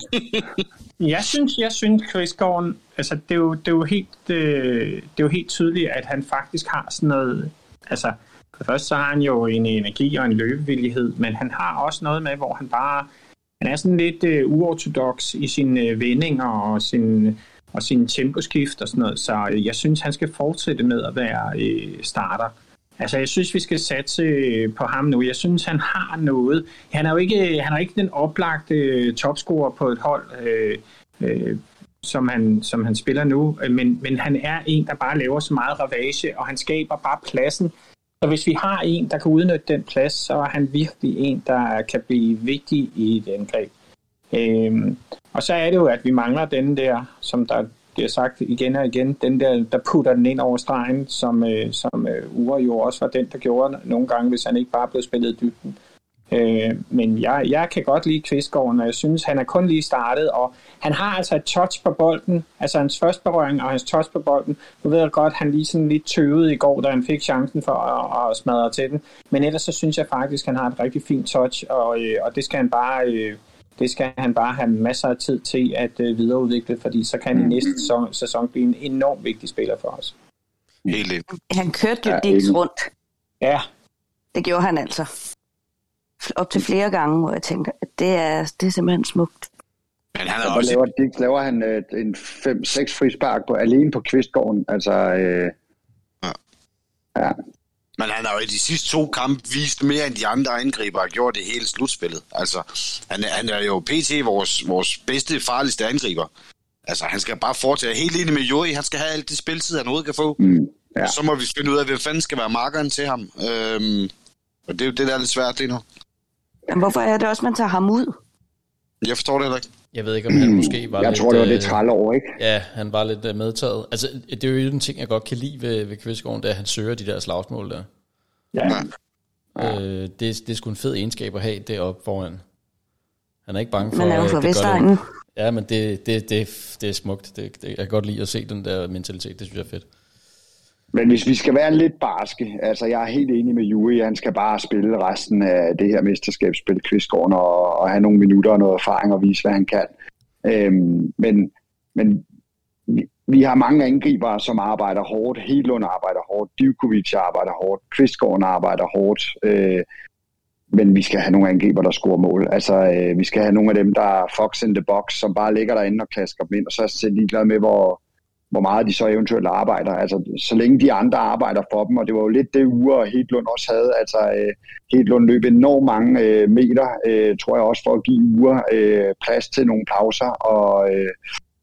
jeg synes, jeg synes Kvistgaard, altså det er jo, det er jo helt, øh, det er jo helt tydeligt, at han faktisk har sådan noget, altså for først så har han jo en energi og en løbevillighed, men han har også noget med, hvor han bare, han er sådan lidt øh, uortodox i sine øh, vendinger og sin og sin temposkift og sådan noget, så øh, jeg synes, han skal fortsætte med at være øh, starter. Altså, jeg synes, vi skal satse på ham nu. Jeg synes, han har noget. Han er jo ikke, han er ikke den oplagte topscorer på et hold, øh, øh, som, han, som han spiller nu, men, men han er en, der bare laver så meget ravage, og han skaber bare pladsen. Så hvis vi har en, der kan udnytte den plads, så er han virkelig en, der kan blive vigtig i et angreb. Øh, og så er det jo, at vi mangler den der, som der det er sagt igen og igen, den der, der putter den ind over stregen, som, øh, som øh, Ure jo også var den, der gjorde nogle gange, hvis han ikke bare blev spillet i dybden. Øh, men jeg, jeg kan godt lide Kvistgaard, og jeg synes, han er kun lige startet, og han har altså et touch på bolden, altså hans første berøring og hans touch på bolden. Nu ved jeg godt, han lige sådan lidt tøvede i går, da han fik chancen for at, at smadre til den, men ellers så synes jeg faktisk, han har et rigtig fint touch, og, øh, og det skal han bare... Øh, Det skal han bare have masser af tid til at øh, videreudvikle, fordi så kan han i næste sæson, sæson blive en enormt vigtig spiller for os. Helt lidt. Han kørte jo Dix rundt. Ja. Det gjorde han altså. Op til flere gange, hvor jeg tænker, at det er, det er simpelthen smukt. Men han er og også... laver, Dix laver han øh, en fem seks frispark på, alene på Kvistgaard. Altså, øh, ja. ja. Men han har jo i de sidste to kampe vist mere, end de andre angriber har gjort det hele slutspillet. Altså, han, han er jo P T vores, vores bedste, farligste angriber. Altså, han skal bare fortsætte. Helt enig med Juri, han skal have alt det spiltid, han overhovedet kan få. Mm, ja. Så må vi finde ud af, hvem fanden skal være markeren til ham. Øhm, og det er jo det, der er lidt svært lige nu. Men hvorfor er det også, man tager ham ud? Jeg forstår det heller ikke. Jeg ved ikke, om han mm, måske var jeg lidt... Jeg tror, det var lidt træl over, ikke? Ja, han var lidt uh, medtaget. Altså, det er jo en ting, jeg godt kan lide ved, ved Kvistgaard, det er, at han søger de der slagsmål der. Ja. ja. Øh, det, det er sgu en fed egenskab at have deroppe foran. Han er ikke bange for... Man er jo fra det Vestegnen. Ja, men det, det, det, det er smukt. Det, det, jeg kan godt lide at se den der mentalitet, det synes jeg er fedt. Men hvis vi skal være lidt barske, altså jeg er helt enig med Juri, han skal bare spille resten af det her mesterskabsspil, Kvistgaard, og, og have nogle minutter og noget erfaring og vise, hvad han kan. Øhm, men men vi, vi har mange angribere, som arbejder hårdt. Hedlund arbejder hårdt, Divkovic arbejder hårdt, Kvistgaard arbejder hårdt. Øh, men vi skal have nogle angriber, der scorer mål. Altså, øh, vi skal have nogle af dem, der er fox in the box, som bare ligger derinde og klasker dem ind, og så er jeg ligeglad med, hvor hvor meget de så eventuelt arbejder. Altså, så længe de andre arbejder for dem, og det var jo lidt det Ure og Hedlund også havde. Altså, øh, Hedlund løb enormt mange øh, meter, øh, tror jeg også, for at give Ure øh, plads til nogle pauser, og, øh,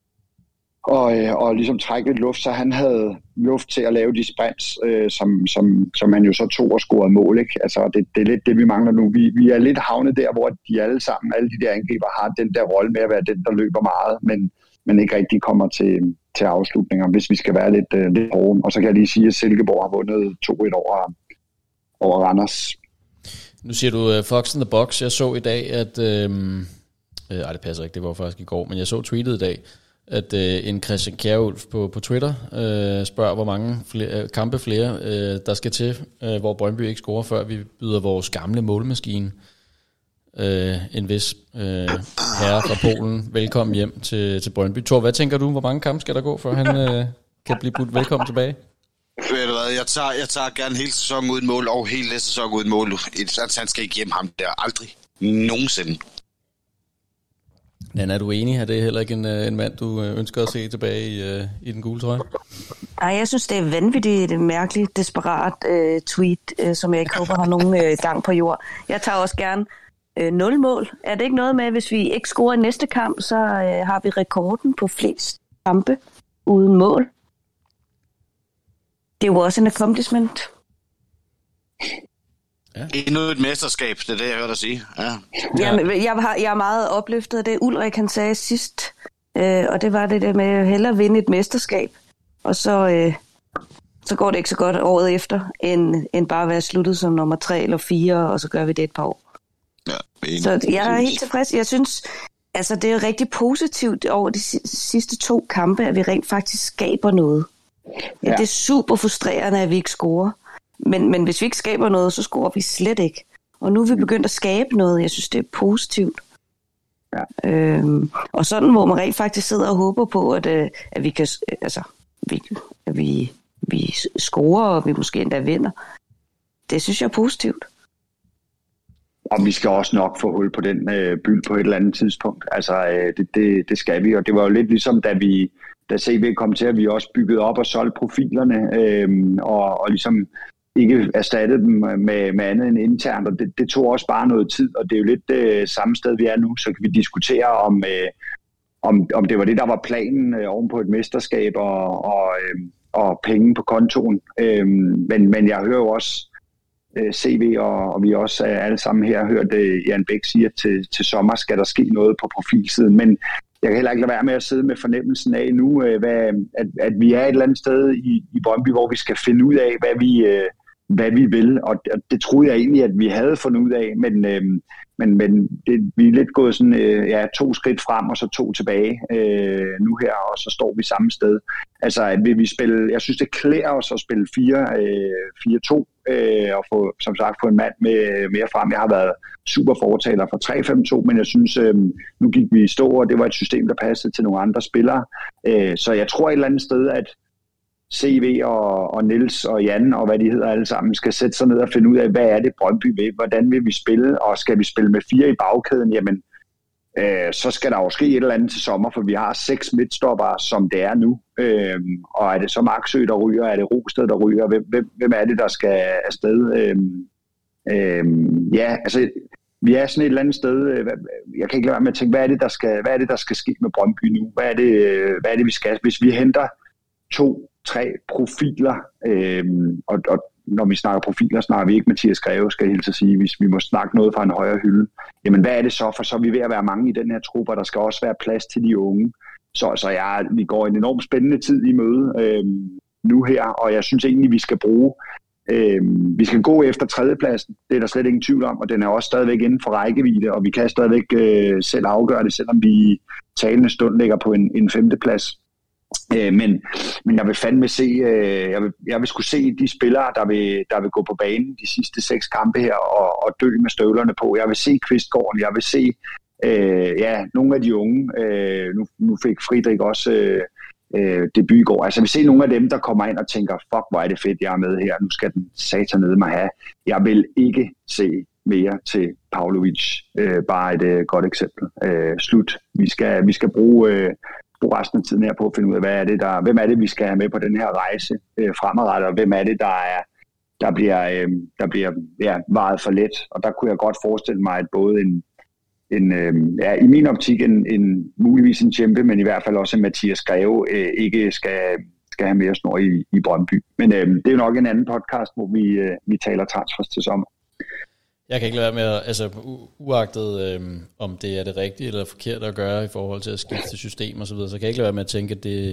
og, øh, og ligesom trække lidt luft, så han havde luft til at lave de sprints, øh, som, som, som han jo så tog og scorede mål, ikke? Altså, det, det er lidt det, vi mangler nu. Vi, vi er lidt havnet der, hvor de alle sammen, alle de der angriber, har den der rolle med at være den, der løber meget, men, men ikke rigtig kommer til til afslutninger, hvis vi skal være lidt, uh, lidt hårde. Og så kan jeg lige sige, at Silkeborg har vundet to et over, over Randers. Nu siger du uh, Fox in the Box. Jeg så i dag, at... Øh, øh, ej, det passer ikke, det var faktisk i går, men jeg så tweetet i dag, at øh, en Christian Kjærulf på, på Twitter øh, spørger, hvor mange flere, kampe flere, øh, der skal til, øh, hvor Brøndby ikke scorer, før vi byder vores gamle målmaskine. Øh, en vis øh, herre fra Polen. Velkommen hjem til, til Brøndby. Thor, hvad tænker du? Hvor mange kampe skal der gå, før han øh, kan blive budt velkommen tilbage? Ved du hvad, jeg tager, jeg tager gerne hele sæsonen uden mål, og hele næste sæson uden mål. Han skal ikke hjem ham der. Aldrig. Nogensinde. Men er du enig? Er det heller ikke en, en mand, du ønsker at se tilbage i, i den gule trøje? Ej, jeg synes, det er vanvittigt et mærkeligt, desperat øh, tweet, øh, som jeg ikke håber har nogen øh, gang på jord. Jeg tager også gerne øh, nul mål. Er det ikke noget med, hvis vi ikke scorer i næste kamp, så øh, har vi rekorden på flest kampe uden mål? Det er jo også en accomplishment. Ja. Endnu et mesterskab, det er det, jeg hørte dig sige. Ja. Jamen, jeg, har, jeg er meget opløftet af det, Ulrik han sagde sidst, øh, og det var det der med at hellere vinde et mesterskab, og så, øh, så går det ikke så godt året efter, end, end bare at være sluttet som nummer tre eller fire, og så gør vi det et par år. Ja, så jeg er helt tilfreds. Jeg synes, Altså, det er rigtig positivt over de sidste to kampe, at vi rent faktisk skaber noget. Ja. Det er super frustrerende, at vi ikke scorer. Men, men hvis vi ikke skaber noget, så scorer vi slet ikke. Og nu er vi begyndt at skabe noget. Jeg synes, det er positivt. Ja. Øhm, og sådan, hvor man rent faktisk sidder og håber på, at, at vi kan, altså, vi, at vi, vi scorer, og vi måske endda vinder. Det synes jeg er positivt. Og vi skal også nok få hul på den øh, byld på et eller andet tidspunkt. Altså, øh, det, det, det skal vi. Og det var jo lidt ligesom, da vi, da C V kom til, at vi også byggede op og solgte profilerne, øh, og, og ligesom ikke erstattede dem med, med andet end internt. Og det, det tog også bare noget tid, og det er jo lidt øh, samme sted, vi er nu. Så kan vi diskutere, om, øh, om, om det var det, der var planen øh, oven på et mesterskab og, og, øh, og penge på kontoen. Øh, men, men jeg hører jo også C V, og, og vi også er alle sammen her hørt uh, Jan Bæk siger, at til, til sommer skal der ske noget på profilsiden, men jeg kan heller ikke lade være med at sidde med fornemmelsen af nu, uh, hvad, at, at vi er et eller andet sted i, i Brøndby, hvor vi skal finde ud af, hvad vi, uh, hvad vi vil, og det, det troede jeg egentlig, at vi havde fundet ud af, men, uh, men, men det, vi er lidt gået sådan, uh, ja, to skridt frem og så to tilbage uh, nu her, og så står vi samme sted. Altså, at vil vi spille, jeg synes, det klæder os at spille fire to, øh, og få, som sagt, få en mand med mere frem. Jeg har været super fortaler for tre fem to, men jeg synes, øh, nu gik vi i stå, og det var et system, der passede til nogle andre spillere. Øh, så jeg tror et eller andet sted, at C V og, og Niels og Jan og hvad de hedder alle sammen, skal sætte sig ned og finde ud af, hvad er det Brøndby vil, hvordan vil vi spille, og skal vi spille med fire i bagkæden, jamen øh, så skal der jo ske et eller andet til sommer, for vi har seks midtstoppere, som det er nu. Øh, og er det så Maxø, der ryger, er det Rosted, der ryger, hvem, hvem, hvem er det, der skal afsted? Øh, øh, ja, altså vi er sådan et eller andet sted, jeg kan ikke lade være med at tænke, hvad er det, der skal, hvad er det, der skal ske med Brøndby nu? Hvad er det, hvad er det vi skal? Hvis vi henter to, tre profiler, øh, og, og når vi snakker profiler, snakker vi ikke Mathias Greve, skal jeg hilse at sige, hvis vi må snakke noget fra en højere hylde. Jamen, hvad er det så? For så er vi ved at være mange i den her trup, og der skal også være plads til de unge. Så, så ja, vi går en enormt spændende tid i møde øh, nu her, og jeg synes egentlig, vi skal bruge, øh, vi skal gå efter tredjepladsen. Det er der slet ingen tvivl om, og den er også stadigvæk inden for rækkevidde, og vi kan stadigvæk øh, selv afgøre det, selvom vi i talende stund ligger på en, en femteplads. Øh, men, men jeg vil fandme se, øh, jeg, vil, jeg vil skulle se de spillere, der vil, der vil gå på banen de sidste seks kampe her og, og dø med støvlerne på. Jeg vil se Kvistgården, jeg vil se øh, ja, nogle af de unge. Øh, nu, nu fik Friedrich også øh, øh, debut i går. Altså jeg vil se nogle af dem, der kommer ind og tænker, fuck, hvor er det fedt, jeg er med her. Nu skal den satanede mig have. Jeg vil ikke se mere til Pavlovic. Øh, bare et øh, godt eksempel. Øh, slut. Vi skal, vi skal bruge... Øh, bruge resten af tiden her på at finde ud af, hvad er det, der, hvem er det, vi skal have med på den her rejse øh, fremadrettet, og hvem er det, der, er, der bliver, øh, der bliver ja, varet for let. Og der kunne jeg godt forestille mig, at både en, en øh, ja, i min optik en, en muligvis en Tjempe, men i hvert fald også en Mathias Greve, øh, ikke skal, skal have mere snor i, i Brøndby. Men øh, det er jo nok en anden podcast, hvor vi, øh, vi taler transfers til sommer. Jeg kan ikke lade være med, at, altså u- uagtet øh, om det er det rigtige eller forkert at gøre i forhold til at skifte system og så videre, så kan jeg ikke lade være med at tænke, at det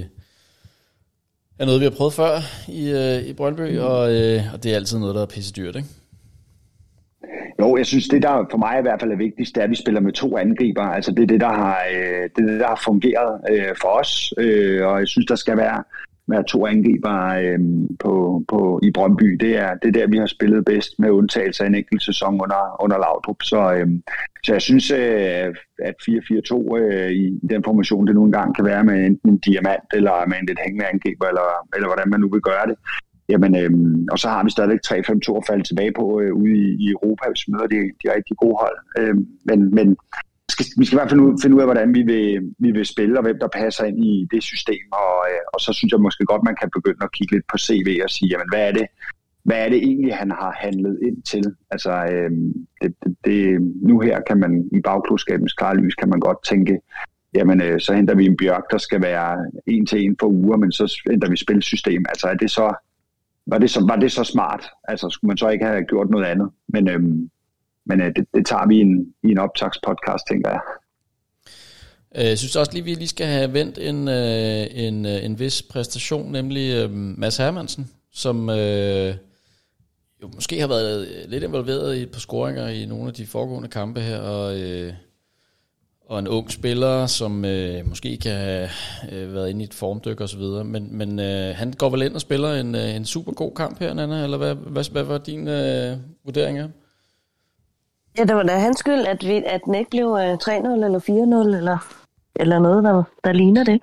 er noget, vi har prøvet før i, øh, i Brøndby, mm. og, øh, og det er altid noget, der er pisse dyrt, ikke? Jo, jeg synes, det der for mig i hvert fald er vigtigst, det er, at vi spiller med to angriber. Altså det er det, der har, øh, det er det, der har fungeret øh, for os, øh, og jeg synes, der skal være med to angriber øh, på, på, i Brøndby. Det er, det er der, vi har spillet bedst med undtagelse af en enkelt sæson under, under Laudrup. Så, øh, så jeg synes, øh, at fire fire to øh, i den formation, det nogle gange kan være med enten en diamant eller med en lidt hængende angriber, eller, eller hvordan man nu vil gøre det. Jamen, øh, og så har vi stadigvæk tre fem to at falde tilbage på øh, ude i, i Europa, hvis vi møder de, de rigtig gode hold. Øh, men men skal, vi skal i hvert fald finde ud af, hvordan vi vil, vi vil spille, og hvem der passer ind i det system. Og, øh, og så synes jeg måske godt, man kan begynde at kigge lidt på C V og sige, jamen, hvad er det, hvad er det egentlig, han har handlet ind til? Altså, øh, det, det, det, nu her kan man i bagklodskabens klare lys, kan man godt tænke, jamen, øh, så henter vi en Bjørk, der skal være en til en for uger, men så henter vi spilsystem. Altså, er det så... Var det, så, var det så smart? Altså, skulle man så ikke have gjort noget andet? Men, øhm, men øh, det, det tager vi i en, i en optagspodcast, tænker jeg. Jeg synes også lige, vi lige skal have vendt en, en, en vis præstation, nemlig øh, Mads Hermansen, som øh, jo måske har været lidt involveret i et par scoringer i nogle af de foregående kampe her, og, øh, og en ung spiller, som øh, måske kan have øh, været inde i et formdyk og så videre, men, men øh, han går vel ind og spiller en, øh, en super god kamp her, Nanna, eller hvad, hvad, hvad var din øh, vurdering her? Ja, det var da hans skyld, at, vi, at den ikke blev uh, tre nul eller fire nul, eller, eller noget, der, der ligner det.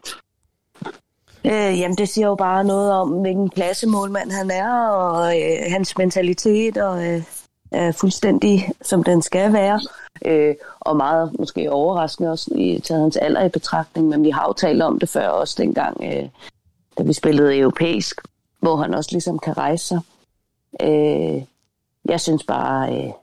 Øh, jamen, det siger jo bare noget om, hvilken klassemålmand han er, og øh, hans mentalitet, og øh, er fuldstændig, som den skal være. Øh, og meget måske overraskende også, i taget hans alder i betragtning, men vi har jo talt om det før også dengang, øh, da vi spillede europæisk, hvor han også ligesom kan rejse sig. Øh, jeg synes bare... Øh,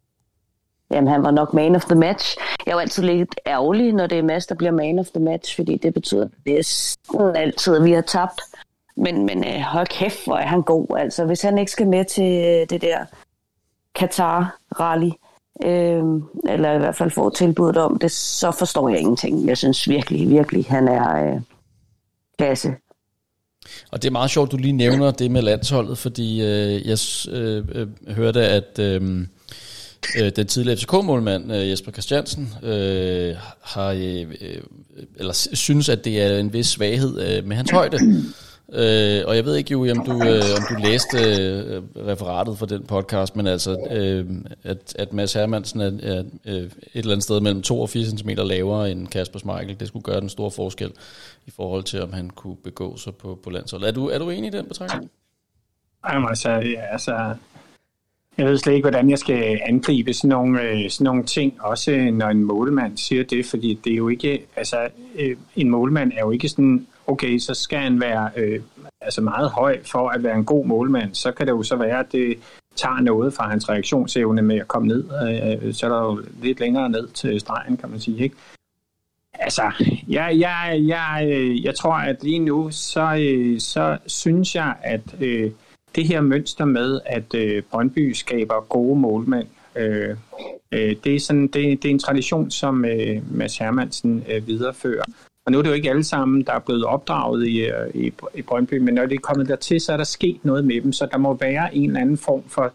Jamen, han var nok man of the match. Jeg er jo altid lidt ærgerlig, når det er Mads, der bliver man of the match, fordi det betyder næsten altid, at vi har tabt. Men, men øh, hold kæft, hvor er han god. Altså, hvis han ikke skal med til øh, det der Qatar-rally, øh, eller i hvert fald får tilbuddet om det, så forstår jeg ingenting. Jeg synes virkelig, virkelig, han er øh, klasse. Og det er meget sjovt, du lige nævner det med landsholdet, fordi øh, jeg øh, øh, hørte, at... Øh, Den tidligere F C K-målmand Jesper Christiansen øh, har øh, eller synes, at det er en vis svaghed øh, med hans højde. Øh, og jeg ved ikke, jo, om du, øh, om du læste øh, referatet for den podcast, men altså, øh, at, at Mads Hermansen er, er øh, et eller andet sted mellem to og fire centimeter lavere end Kasper Schmeichel. Det skulle gøre den store forskel i forhold til, om han kunne begå sig på, på landsholdet. Er du, er du enig i den betragtning? Jamen altså, ja, altså... Jeg ved slet ikke, hvordan jeg skal angribe sådan nogle, øh, sådan nogle ting, også når en målmand siger det, fordi det er jo ikke, altså øh, en målmand er jo ikke sådan, okay, så skal han være øh, altså meget høj for at være en god målmand, så kan det jo så være, at det tager noget fra hans reaktionsevne med at komme ned, øh, så er der jo lidt længere ned til stregen, kan man sige, ikke? Altså, jeg, jeg, jeg, jeg tror, at lige nu, så, øh, så synes jeg, at øh, det her mønster med, at øh, Brøndby skaber gode målmænd, øh, øh, det, er sådan, det, det er en tradition, som øh, Mads Hermansen øh, viderefører. Og nu er det jo ikke alle sammen, der er blevet opdraget i, øh, i, i Brøndby, men når det er kommet dertil, så er der sket noget med dem, så der må være en eller anden form for,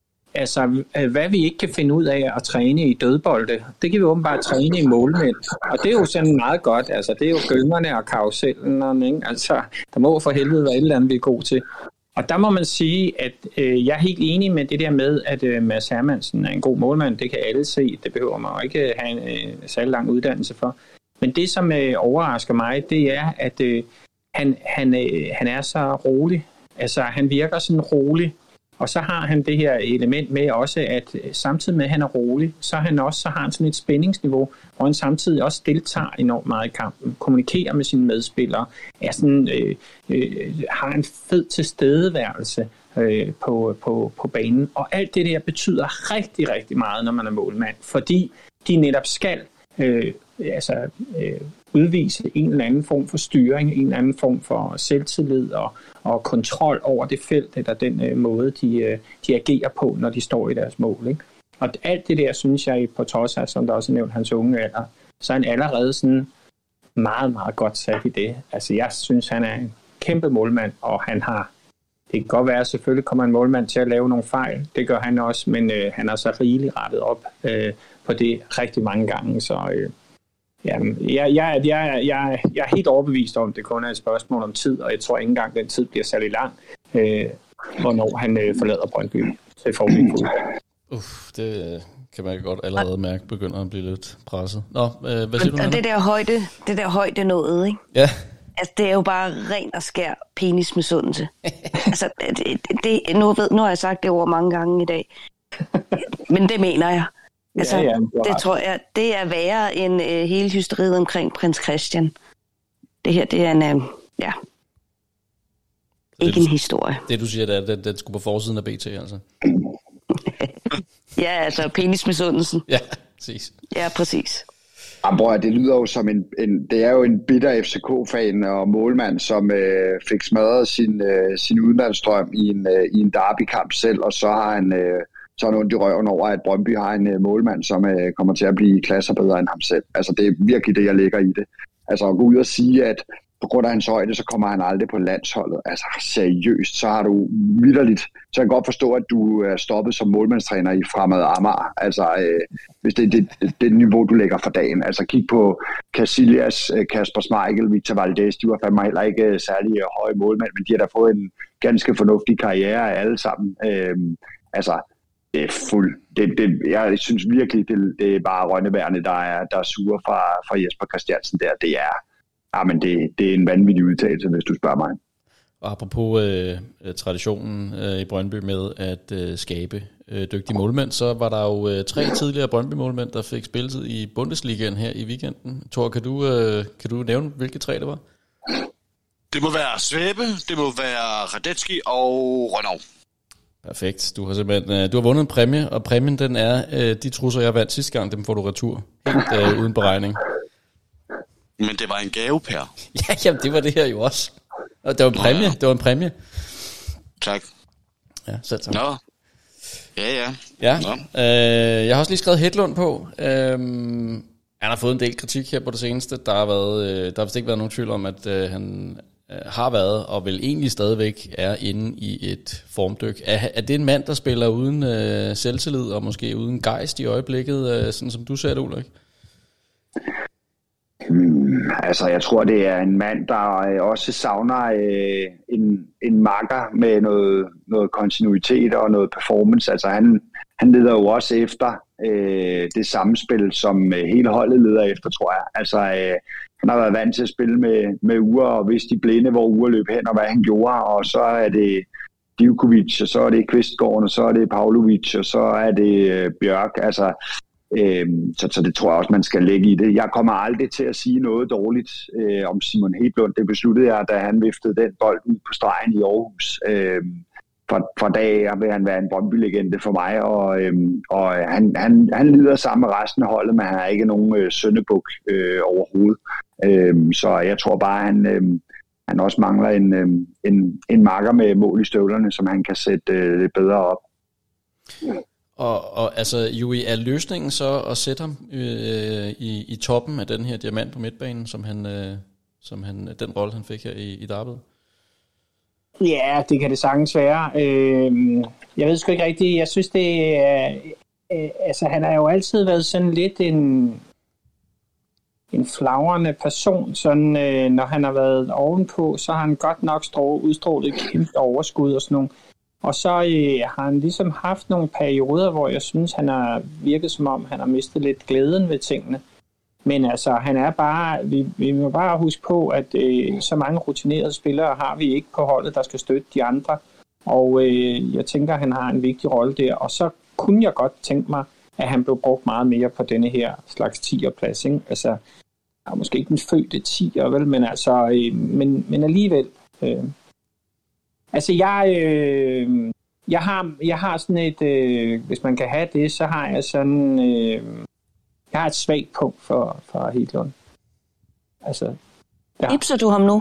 altså hvad vi ikke kan finde ud af at træne i dødbolde, det kan vi åbenbart træne i målmænd. Og det er jo sådan meget godt, altså det er jo gyngerne og karusellen, ikke? Altså der må for helvede være et eller andet, vi er gode til. Og der må man sige, at øh, jeg er helt enig med det der med, at øh, Mads Hermansen er en god målmand. Det kan alle se. Det behøver man ikke have en øh, særlig lang uddannelse for. Men det, som øh, overrasker mig, det er, at øh, han, han, øh, han er så rolig. Altså, han virker sådan rolig. Og så har han det her element med også, at øh, samtidig med, at han er rolig, så, han også, så har han sådan et spændingsniveau, hvor han samtidig også deltager enormt meget i kampen, kommunikerer med sine medspillere, er sådan, øh, øh, har en fed tilstedeværelse øh, på, på, på banen. Og alt det der betyder rigtig, rigtig meget, når man er målmand, fordi de netop skal øh, altså, øh, udvise en eller anden form for styring, en eller anden form for selvtillid og, og kontrol over det felt, eller den øh, måde, de, øh, de agerer på, når de står i deres mål, ikke? Og alt det der, synes jeg, på trods af, som der også er nævnt, hans unge alder, så er han allerede sådan meget, meget godt sat i det. Altså, jeg synes, han er en kæmpe målmand, og han har, det kan godt være, at selvfølgelig kommer en målmand til at lave nogle fejl, det gør han også, men øh, han har så rigeligt rettet op øh, på det rigtig mange gange, så øh, ja, jeg, jeg, jeg, jeg, jeg er helt overbevist om, at det kun er et spørgsmål om tid, og jeg tror ikke engang, den tid bliver særlig lang, øh, hvornår han øh, forlader Brøndby til fordel for. Uff, det kan man godt allerede mærke, begynder at blive lidt presset. Nå, øh, hvad siger du? Og det der højde, det der højde noget, ikke? Ja. Altså, det er jo bare ren og skær penismisundelse. altså, det, det, nu, ved, nu har jeg sagt det ord mange gange i dag, men det mener jeg. Altså, ja, ja, det tror jeg, det er værre end øh, hele hysteriet omkring prins Christian. Det her, det er en, øh, ja, ikke det, en historie. Det du siger, det er, at den, den skulle på forsiden af B T, altså. Ja, altså penismisundelsen. Ja, præcis. Ja, præcis. Ja, bror, det lyder jo som en, en, det er jo en bitter F C K-fan og målmand, som øh, fik smadret sin, øh, sin udenlandsstrøm i en, øh, i en derbykamp selv, og så har han... Øh, så er han ondt i røven over, at Brøndby har en uh, målmand, som uh, kommer til at blive klasser bedre end ham selv. Altså, det er virkelig det, jeg lægger i det. Altså, at gå ud og sige, at, på grund af hans højde, så kommer han aldrig på landsholdet. Altså seriøst, så har du vitterligt. Så jeg kan godt forstå, at du er stoppet som målmandstræner i Fremad Amager. Altså, øh, hvis det er det, det, det niveau, du lægger for dagen. Altså kig på Casillas, Kasper Schmeichel, Victor Valdez. De var fandme heller ikke særlig høje målmænd, men de har da fået en ganske fornuftig karriere alle sammen. Øh, altså, det er fuld. Det, det, jeg synes virkelig, det, det er bare Rønnebærerne, der er, der er sure fra, fra Jesper Christiansen der. Det er Ja, men det, det er en vanvittig udtalelse, hvis du spørger mig. Og apropos øh, traditionen øh, i Brøndby med at øh, skabe øh, dygtige målmænd, så var der jo øh, tre tidligere Brøndby-målmænd, der fik spilletid i Bundesligaen her i weekenden. Thor, kan du, øh, kan du nævne, hvilke tre det var? Det må være Svæbe, det må være Radetski og Rønnow. Perfekt. Du har simpelthen øh, du har vundet en præmie, og præmien den er øh, de trusser, jeg vandt sidste gang, dem får du retur. Helt øh, uden beregning. Men det var en gave, Per. Ja, jamen, det var det her jo også. Og det var en præmie. Ja. Det var en præmie. Tak. Ja, selv tak. Nå. Ja, ja. Ja. Øh, jeg har også lige skrevet Hedlund på. Øh, han har fået en del kritik her på det seneste. Der har været, øh, der har vist ikke været nogen tvivl om, at øh, han øh, har været, og vel egentlig stadigvæk er inde i et formdyk. Er, er det en mand, der spiller uden øh, selvtillid, og måske uden gejst i øjeblikket, øh, sådan som du ser det, Ulrik? Hmm, altså, jeg tror, det er en mand, der øh, også savner øh, en, en makker med noget, noget kontinuitet og noget performance. Altså, han, han leder jo også efter øh, det samspil, som øh, hele holdet leder efter, tror jeg. Altså, øh, han har været vant til at spille med, med Ure, og hvis de blinde, hvor Ure løb hen, og hvad han gjorde, og så er det Divkovic, og så er det Kvistgaard, og så er det Pavlovic, og så er det øh, Bjørk. Altså, Øhm, så, så det tror jeg også, man skal lægge i det. Jeg kommer aldrig til at sige noget dårligt øh, om Simon Hedlund. Det besluttede jeg, da han viftede den bold ud på stregen i Aarhus. Øhm, fra, fra dag af vil han være en Brøndby-legende for mig, og, øhm, og han, han, han lider sammen med resten af holdet, men han har ikke nogen øh, søndebuk øh, overhovedet. Øhm, så jeg tror bare, han, øh, han også mangler en, øh, en, en marker med mål i støvlerne, som han kan sætte øh, lidt bedre op. Og, og altså, Jui, er løsningen så at sætte ham øh, i, i toppen af den her diamant på midtbanen, som han, øh, som han, den rolle, han fik her i, i derbyet? Ja, det kan det sagtens være. Øh, jeg ved sgu ikke rigtigt. Jeg synes, det er... Øh, altså, han har jo altid været sådan lidt en, en flagrende person. Sådan, øh, når han har været ovenpå, så har han godt nok strå, udstrålet kæmpe overskud og sådan nogle. Og så øh, har han ligesom haft nogle perioder, hvor jeg synes, han har virket som om, han har mistet lidt glæden ved tingene. Men altså, han er bare, vi, vi må bare huske på, at øh, så mange rutinerede spillere har vi ikke på holdet, der skal støtte de andre. Og øh, jeg tænker, at han har en vigtig rolle der. Og så kunne jeg godt tænke mig, at han blev brugt meget mere på denne her slags tier-plads. Ikke? Altså, jeg er måske ikke den fødte tier, vel, men altså, øh, men, men alligevel... Øh, Altså, jeg, øh, jeg, har, jeg har sådan et, øh, hvis man kan have det, så har jeg sådan, øh, jeg har et svagt punkt for, for Hedlund. Altså, ja. Ipser du ham nu?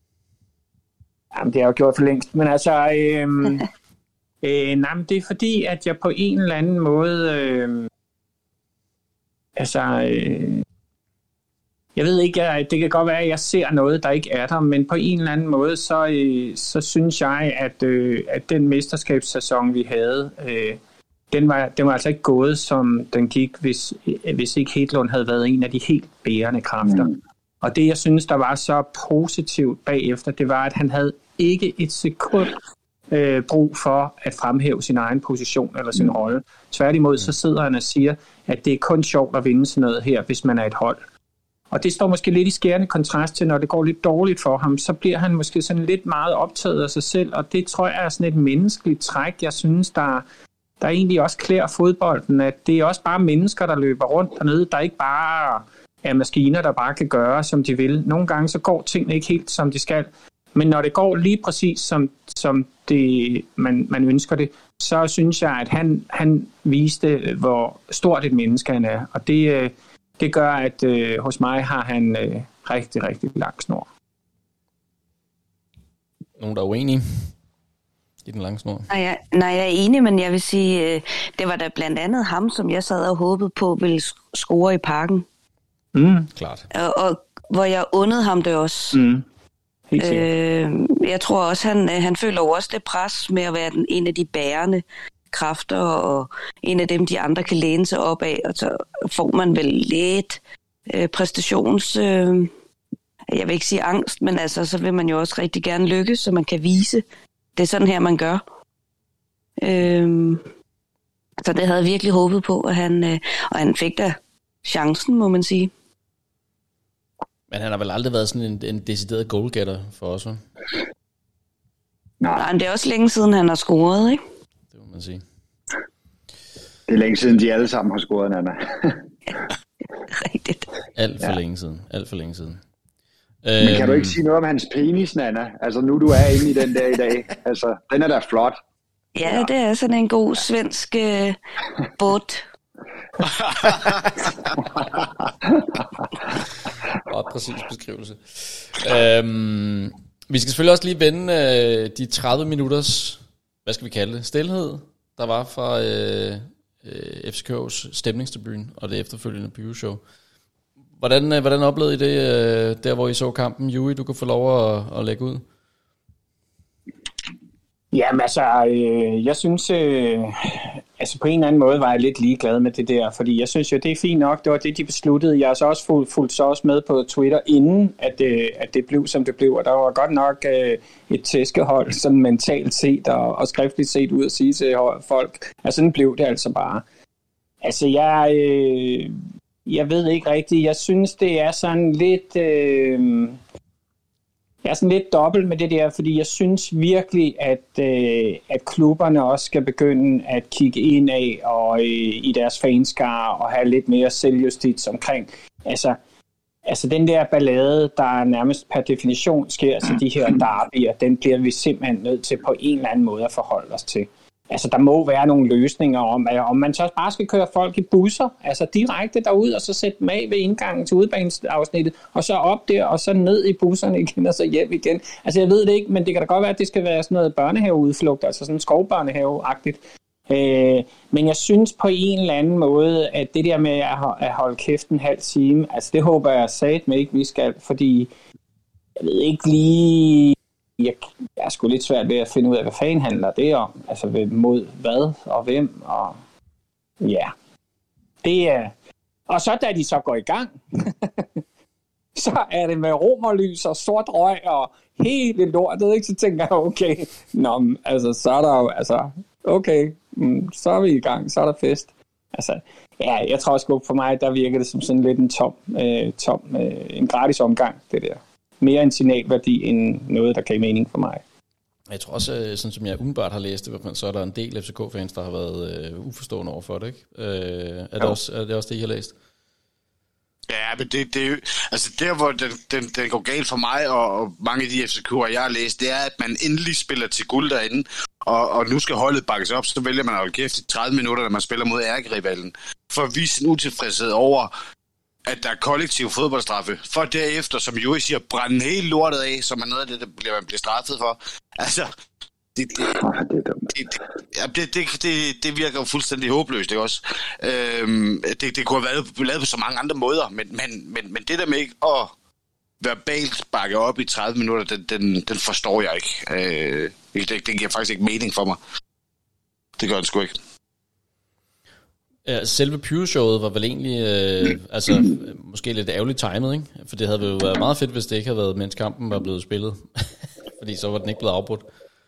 Jamen, det har jeg jo gjort for længst, men altså, øh, øh, nej, men det er fordi, at jeg på en eller anden måde, øh, altså, øh, jeg ved ikke, jeg, det kan godt være, at jeg ser noget, der ikke er der, men på en eller anden måde, så, øh, så synes jeg, at, øh, at den mesterskabssæson, vi havde, øh, den, var, den var altså ikke gået, som den gik, hvis, hvis ikke Hedlund havde været en af de helt bærende kræfter. Mm. Og det, jeg synes, der var så positivt bagefter, det var, at han havde ikke et sekund øh, brug for at fremhæve sin egen position eller sin mm. rolle. Tværtimod, så sidder han og siger, at det er kun sjovt at vinde sådan noget her, hvis man er et hold. Og det står måske lidt i skærende kontrast til, når det går lidt dårligt for ham, så bliver han måske sådan lidt meget optaget af sig selv, og det tror jeg er sådan et menneskeligt træk, jeg synes, der, der egentlig også klæder fodbolden, at det er også bare mennesker, der løber rundt dernede, der ikke bare er maskiner, der bare kan gøre, som de vil. Nogle gange så går tingene ikke helt, som de skal, men når det går lige præcis, som, som det, man, man ønsker det, så synes jeg, at han, han viste, hvor stort et menneske han er, og det Det gør, at øh, hos mig har han øh, rigtig, rigtig lang snor. Nogen, der er uenige i den lange snor? Nej, jeg, nej, jeg er enig, men jeg vil sige, øh, det var da blandt andet ham, som jeg sad og håbede på ville score i Parken. Mm. Klart. Og, og hvor jeg undede ham det også. Mm. Øh, jeg tror også, han, han føler jo også det pres med at være den, en af de bærende kræfter, og en af dem, de andre kan læne sig op af, og så får man vel lidt øh, præstations... Øh, jeg vil ikke sige angst, men altså, så vil man jo også rigtig gerne lykkes, så man kan vise, det er sådan her, man gør. Øh, så det havde jeg virkelig håbet på, at han, øh, og han fik da chancen, må man sige. Men han har vel aldrig været sådan en, en decideret goalgetter for os, hva'? Nej, men det er også længe siden, han har scoret, ikke? Det må man sige. Det er længe siden, de alle sammen har scoret, Nana. Ja, rigtigt. Alt for Ja. længe siden. Alt for længe siden. Men kan øhm, du ikke sige noget om hans penis, Nana? Altså nu du er inde i den der i dag. Altså, den er da flot. Ja, det er sådan en god svensk øh, bot. Ret præcis beskrivelse. Øhm, vi skal selvfølgelig også lige vende øh, de tredive minutters, hvad skal vi kalde det, stilhed, der var fra øh, øh, F C K's stemningsdebut og det efterfølgende byroshow. Hvordan, øh, hvordan oplevede I det, øh, der hvor I så kampen? Yui, du kan få lov at, at lægge ud. Jamen altså, øh, jeg synes, øh, altså på en eller anden måde var jeg lidt ligeglad med det der, fordi jeg synes jo, det er fint nok, det var det, de besluttede. Jeg har så også fulgt, fulgt så også med på Twitter, inden at, øh, at det blev, som det blev, og der var godt nok øh, et tæskehold, sådan mentalt set og, og skriftligt set ud at sige til folk, altså sådan blev det altså bare. Altså jeg, øh, jeg ved ikke rigtigt, jeg synes, det er sådan lidt... Øh, Jeg er sådan lidt dobbelt med det der, fordi jeg synes virkelig, at, øh, at klubberne også skal begynde at kigge ind af og øh, i deres fanskare og have lidt mere selvjustits omkring. Altså, altså den der ballade, der nærmest per definition sker til de her derbyer, den bliver vi simpelthen nødt til på en eller anden måde at forholde os til. Altså, der må være nogle løsninger om, at om man så bare skal køre folk i busser, altså direkte derud, og så sætte dem af ved indgangen til udbaneafsnittet, og så op der, og så ned i busserne igen, og så hjem igen. Altså, jeg ved det ikke, men det kan da godt være, at det skal være sådan noget børnehaveudflugt, altså sådan skovbørnehave-agtigt. Øh, men jeg synes på en eller anden måde, at det der med at holde kæft en halv time, altså det håber jeg satme ikke, vi skal, fordi jeg ved ikke lige... Jeg, jeg er sgu lidt svært ved at finde ud af, hvad fanden handler det om. Altså mod hvad og hvem. Og ja, det er... Og så da de så går i gang, så er det med romerlys og sort røg og hele lortet, ikke? Så tænker jeg, okay, nå, altså så er der jo, altså, okay, så er vi i gang, så er der fest. Altså, ja, jeg tror sgu for mig, der virker det som sådan lidt en tom, øh, tom øh, en gratis omgang, det der. Mere en signalværdi end noget, der kan i mening for mig. Jeg tror også, sådan som jeg umiddelbart har læst det, så er der en del F C K-fans, der har været øh, uforstående over for det, ikke? Øh, er, det også, er det også det, I har læst? Ja, men det, det, altså der, hvor den, den, den går galt for mig, og, og mange af de F C K'er, jeg har læst, det er, at man endelig spiller til guld derinde, og, og nu skal holdet bakkes op, så vælger man at holde kæft i tredive minutter, når man spiller mod ærkerivalen, for at vise en utilfredshed over, at der er kollektiv fodboldstraffe, for derefter, som Joey siger, brænde hele lortet af, som er noget af det, der bliver, man bliver straffet for. Altså, det, det, det, det, det, det, det, det virker jo fuldstændig håbløst, det også. Øhm, det, det kunne have været lavet på så mange andre måder, men, men, men, men det der med ikke at verbalt bakke op i tredive minutter, den, den, den forstår jeg ikke. Øh, det, det giver faktisk ikke mening for mig. Det gør den sgu ikke. Ja, selve Pure-showet var vel egentlig, øh, altså, måske lidt ærgerligt timet, ikke? For det havde jo været meget fedt, hvis det ikke havde været, mens kampen var blevet spillet. Fordi så var den ikke blevet afbrudt.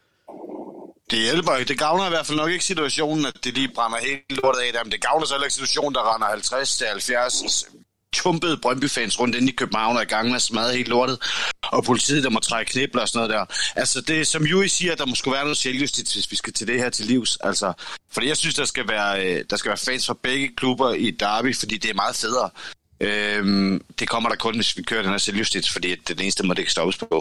Det hjælper ikke. Det gavner i hvert fald nok ikke situationen, at det lige brænder helt lortet af der. Men det gavner så heller ikke situationen, der render halvtreds til halvfjerds tumpede Brøndby-fans rundt inde i København og i gang med at smadre helt lortet. Og politiet, der må trække knibler og sådan noget der. Altså, det er som Juri siger, der må sgu være noget selvjustits, hvis vi skal til det her til livs. Altså, fordi jeg synes, der skal være, der skal være fans fra begge klubber i derby, fordi det er meget federe. Øhm, det kommer der kun, hvis vi kører den her selvjustits, fordi det er det eneste måde, det kan stoppes på.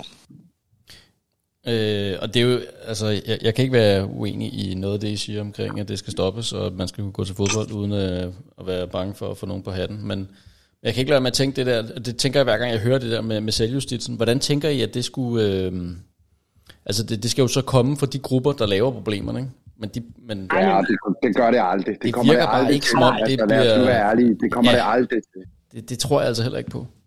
Øh, og det er jo, altså, jeg, jeg kan ikke være uenig i noget af det, I siger omkring, at det skal stoppes, og at man skal gå til fodbold, uden øh, at være bange for at få nogen på hatten. Men jeg kan ikke lade mig at tænke det der, det tænker jeg hver gang, jeg hører det der med, med selvjustitsen. Hvordan tænker I, at det skulle, øh, altså det, det skal jo så komme fra de grupper, der laver problemerne, ikke? Men de, men, ja, det, det gør det aldrig. Det, det kommer virker det bare aldrig ikke som om, det altså, bliver... Være ærlig, det kommer ja, det aldrig til. Det, det tror jeg altså heller ikke på.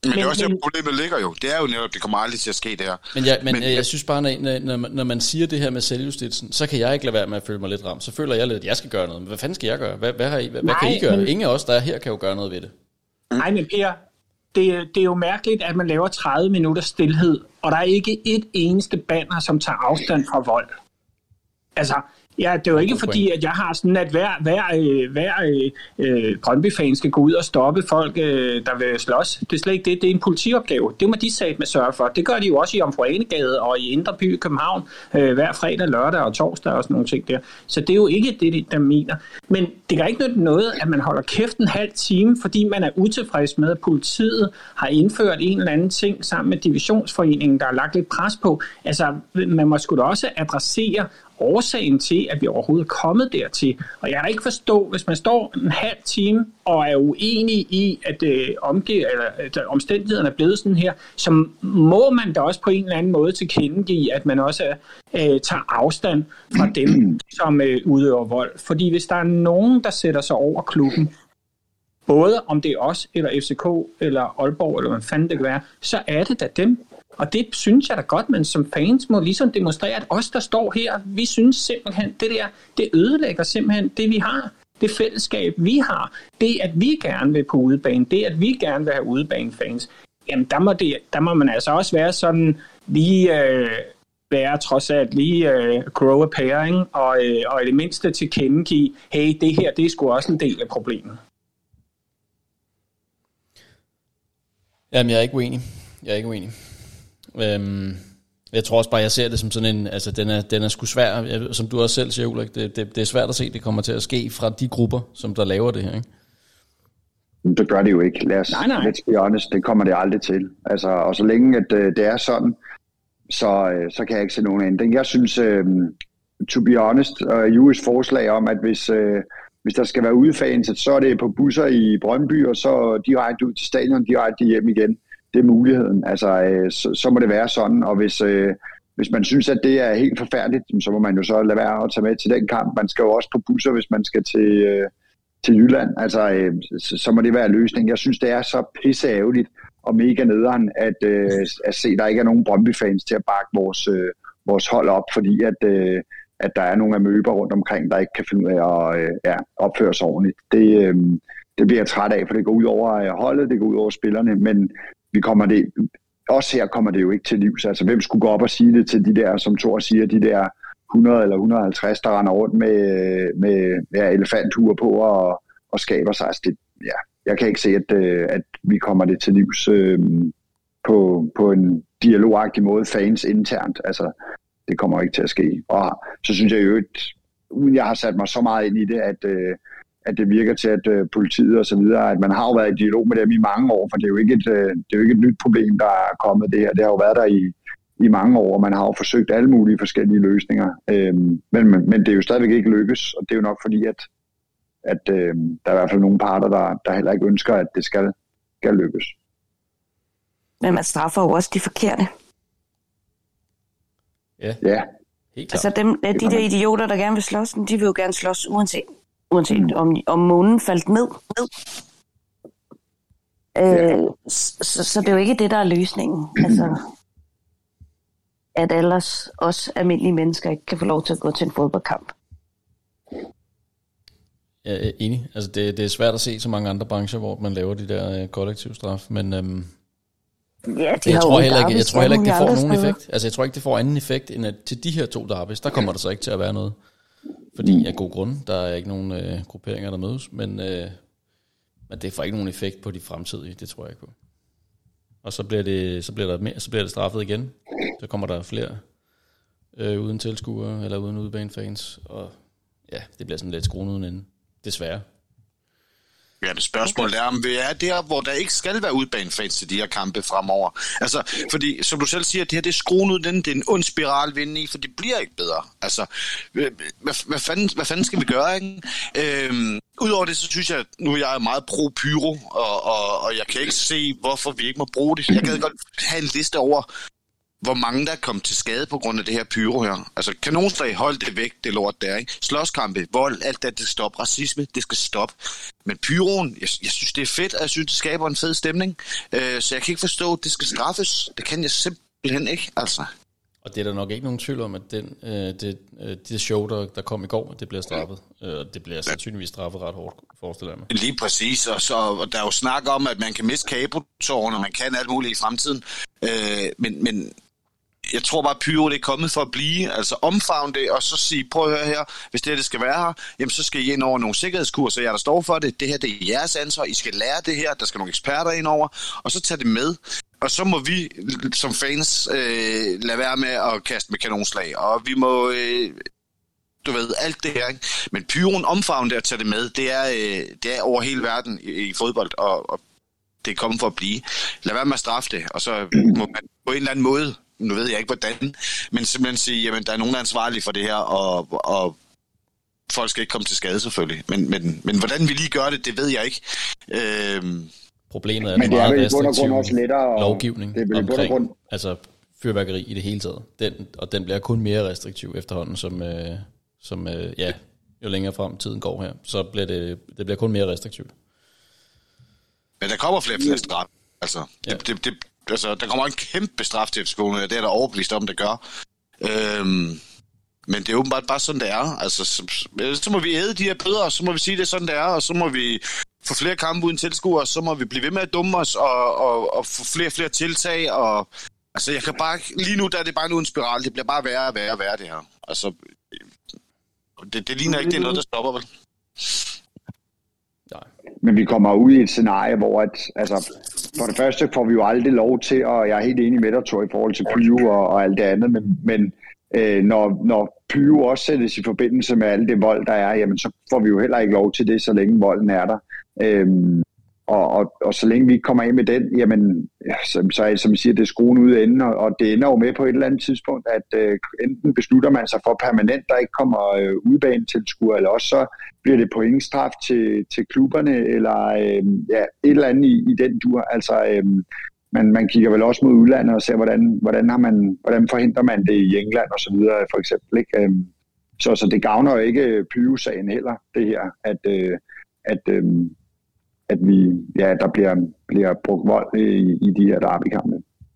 Men, men det er også men, der, problemet ligger jo. Det er jo netop, det kommer aldrig til at ske, det her. Men, ja, men, men jeg, jeg synes bare, når, når, når man siger det her med selvjustitsen, så kan jeg ikke lade være med at føle mig lidt ramt. Så føler jeg lidt, at jeg skal gøre noget. Men hvad fanden skal jeg gøre? Hvad, hvad, har I, hvad, Nej, hvad kan I gøre? Men, ingen af os, der er her, kan jo gøre noget ved det. Nej, men Per, det, det er jo mærkeligt, at man laver tredive minutter stilhed, og der er ikke et eneste banner, som tager afstand fra vold. Altså, ja, det er jo ikke fordi, at jeg har sådan, at hver, hver, hver øh, Brøndby-fan skal gå ud og stoppe folk, øh, der vil slås. Det er slet ikke det. Det er en politiopgave. Det må de satme sørge for. Det gør de jo også i Jomfru Anegade og i Indre By i København øh, hver fredag, lørdag og torsdag og sådan nogle ting der. Så det er jo ikke det, der mener. Men det kan ikke nytte noget, at man holder kæft en halv time, fordi man er utilfreds med, at politiet har indført en eller anden ting sammen med divisionsforeningen, der har lagt lidt pres på. Altså, man må sgu da også adressere årsagen til, at vi overhovedet er kommet dertil. Og jeg kan ikke forstå, hvis man står en halv time og er uenig i, at, øh, omgive, eller, at omstændighederne er blevet sådan her, så må man da også på en eller anden måde tilkendegive, at man også øh, tager afstand fra dem, som øh, udøver vold. Fordi hvis der er nogen, der sætter sig over klubben, både om det er os, eller F C K, eller Aalborg, eller hvad fanden det kan være, så er det da dem. Og det synes jeg da godt, men som fans må ligesom demonstrere, at os, der står her, vi synes simpelthen, det der, det ødelægger simpelthen det, vi har. Det fællesskab, vi har. Det, at vi gerne vil på udebane. Det, at vi gerne vil have udebanefans. Jamen, der må, det, der må man altså også være sådan lige øh, være trods alt lige øh, grow a pairing, og, øh, og i det mindste tilkendegive, hey, det her, det er sgu også en del af problemet. Jamen, jeg er ikke uenig. Jeg er ikke uenig. Øhm, jeg tror også bare, jeg ser det som sådan en, altså den er, den er sgu svær, jeg, som du også selv siger, Ulrik, det, det, det er svært at se, det kommer til at ske fra de grupper, som der laver det her, ikke? Det gør det jo ikke. Lad os, nej, nej. let's be honest, det kommer det aldrig til. Altså, og så længe at, uh, det er sådan, så, uh, så kan jeg ikke se nogen ændring. Jeg synes, uh, to be honest, uh, Jules forslag om, at hvis, uh, hvis der skal være udefans, så er det på busser i Brøndby, og så direkte ud til stadion, direkte hjem igen. Det er muligheden. Altså, øh, så, så må det være sådan, og hvis, øh, hvis man synes, at det er helt forfærdeligt, så må man jo så lade være at tage med til den kamp. Man skal jo også på busser, hvis man skal til, øh, til Jylland. Altså, øh, så, så må det være løsning. Jeg synes, det er så pisseærgerligt og mega nederen, at, øh, at se, at der ikke er nogen Brøndby-fans til at bakke vores, øh, vores hold op, fordi at, øh, at der er nogle amøber rundt omkring, der ikke kan finde ud af at øh, ja, opføre sig ordentligt. Det, øh, det bliver jeg træt af, for det går ud over holdet, det går ud over spillerne, men vi kommer det, også her kommer det jo ikke til livs. Altså, hvem skulle gå op og sige det til de der, som Thor siger, de der hundrede eller et hundrede og halvtreds, der render rundt med, med ja, elefanthuer på og, og skaber sig. Altså, det, ja, jeg kan ikke se, at, at vi kommer det til livs øh, på, på en dialogagtig måde, fans internt. Altså, det kommer ikke til at ske. Og så synes jeg jo, at uden jeg har sat mig så meget ind i det, at øh, at det virker til, at øh, politiet og så videre, at man har jo været i dialog med dem i mange år, for det er jo ikke et, øh, det er jo ikke et nyt problem, der er kommet det her. Det har jo været der i, i mange år, og man har jo forsøgt alle mulige forskellige løsninger. Øhm, men, men, men det er jo stadigvæk ikke lykkes, og det er jo nok fordi, at, at øh, der er i hvert fald nogle parter, der, der heller ikke ønsker, at det skal, skal lykkes. Men man straffer jo også de forkerte. Ja, ja. Helt klart. Altså dem, de der idioter, der gerne vil slås, de vil jo gerne slås uanset. Uanset mm. om, om månen faldt ned. ned. Øh, ja. så, så det er jo ikke det, der er løsningen. Altså, at ellers os almindelige mennesker ikke kan få lov til at gå til en fodboldkamp. Jeg er enig. Altså, det, det er svært at se så mange andre brancher, hvor man laver de der øh, kollektiv straf, men øhm, ja, de jeg, tror heller ikke, jeg tror heller ikke, det får nogen steder. effekt. Altså, jeg tror ikke, det får anden effekt, end at til de her to derbys, der kommer der så ikke til at være noget. Fordi af god grund, der er ikke nogen øh, grupperinger, der mødes, men, øh, men det får ikke nogen effekt på de fremtidige, det tror jeg ikke på. Og så bliver det, så bliver der mere, så bliver det straffet igen. Så kommer der flere øh, uden tilskuere, eller uden udebanefans, og ja, det bliver sådan lidt skruen uden ende. Desværre. Ja, det spørgsmål er, om det er der, hvor der ikke skal være udbanefans til de her kampe fremover. Altså, fordi, som du selv siger, det her, det er skruen ud, den, det er en ond spiral vinde i, for det bliver ikke bedre. Altså, hvad, hvad, fanden, hvad fanden skal vi gøre, ikke? Øhm, Udover det, så synes jeg, nu er jeg meget pro-pyro, og, og, og jeg kan ikke se, hvorfor vi ikke må bruge det. Jeg kan godt have en liste over hvor mange der kom til skade på grund af det her pyro her. Altså kanonslag, hold det væk, det lort der, ikke? Slåskampe, vold, alt det, det stopper. Racisme, det skal stoppe. Men pyroen, jeg, jeg synes, det er fedt, og jeg synes, det skaber en fed stemning. Øh, så jeg kan ikke forstå, at det skal straffes. Det kan jeg simpelthen ikke, altså. Og det er der nok ikke nogen tvivl om, at den, øh, det, øh, det show, der, der kom i går, det bliver straffet. Øh, og det bliver sandsynligvis straffet ret hårdt, forestiller jeg mig. Lige præcis, og, så, og der er jo snak om, at man kan miste kabeltårne, og man kan alt muligt i fremtiden. Øh, men, men jeg tror bare, at pyro det er kommet for at blive. Altså omfavne det, og så sige, prøv at høre her, hvis det her det skal være her, jamen så skal I ind over nogle sikkerhedskurser, jeg der står for det. Det her det er jeres ansvar, I skal lære det her, der skal nogle eksperter ind over, og så tage det med. Og så må vi som fans øh, lade være med at kaste med kanonslag, og vi må, øh, du ved, alt det her, ikke? Men pyroen omfavne det at tage det med, det er, øh, det er over hele verden i, i fodbold, og, og det er kommet for at blive. Lad være med at straffe det, og så må man på en eller anden måde, nu ved jeg ikke hvordan, men simpelthen sige, jamen der er nogen, der er ansvarlige for det her, og, og folk skal ikke komme til skade selvfølgelig. Men, men, men hvordan vi lige gør det, det ved jeg ikke. Øh, Problemet er, men det er meget vel i bund og grund også lettere lovgivning det er omkring grund... altså fyrværkeri i det hele taget. Den, og den bliver kun mere restriktiv efterhånden, som, øh, som øh, ja, jo længere frem tiden går her. Så bliver det, det bliver kun mere restriktivt. Men der kommer flere flere straf. Altså, ja. det, det, det, altså, der kommer en kæmpe straf til F C K, og det er der overbevist om, det gør. Øhm, men det er åbenbart bare sådan, det er. Altså, så, så må vi æde de her bøder, og så må vi sige, det er sådan, det er, og så må vi få flere kampe uden tilskuere, så må vi blive ved med at dumme os, og, og, og få flere og flere tiltag, og altså, jeg kan bare, lige nu der er det bare nu en spiral, det bliver bare værre og værre og værre, det her. Altså, det, det ligner ikke, det er noget, der stopper, vel? Nej. Men vi kommer ud i et scenarie, hvor at, altså, for det første får vi jo aldrig lov til, og jeg er helt enig med dig, Thor, i forhold til pyro og, og alt det andet, men, men øh, når, når pyro også sættes i forbindelse med alt det vold, der er, jamen så får vi jo heller ikke lov til det, så længe volden er der. Øhm, og, og, og så længe vi kommer ind med den, jamen, så, så som I siger, det er skruen ud af enden, og, og det ender jo med på et eller andet tidspunkt, at øh, enten beslutter man sig for permanent, der ikke kommer øh, udbanetilskuere, eller også så bliver det pointstraf til, til klubberne, eller øh, ja, et eller andet i, i den dur. Altså, øh, man, man kigger vel også mod udlandet og ser, hvordan, hvordan, har man, hvordan forhindrer man det i England og så videre, for eksempel. Ikke? Øh, så, så det gavner jo ikke Pyro-sagen heller, det her, at, øh, at øh, at vi, ja, der bliver, bliver brugt vold i, i de her derbykampe.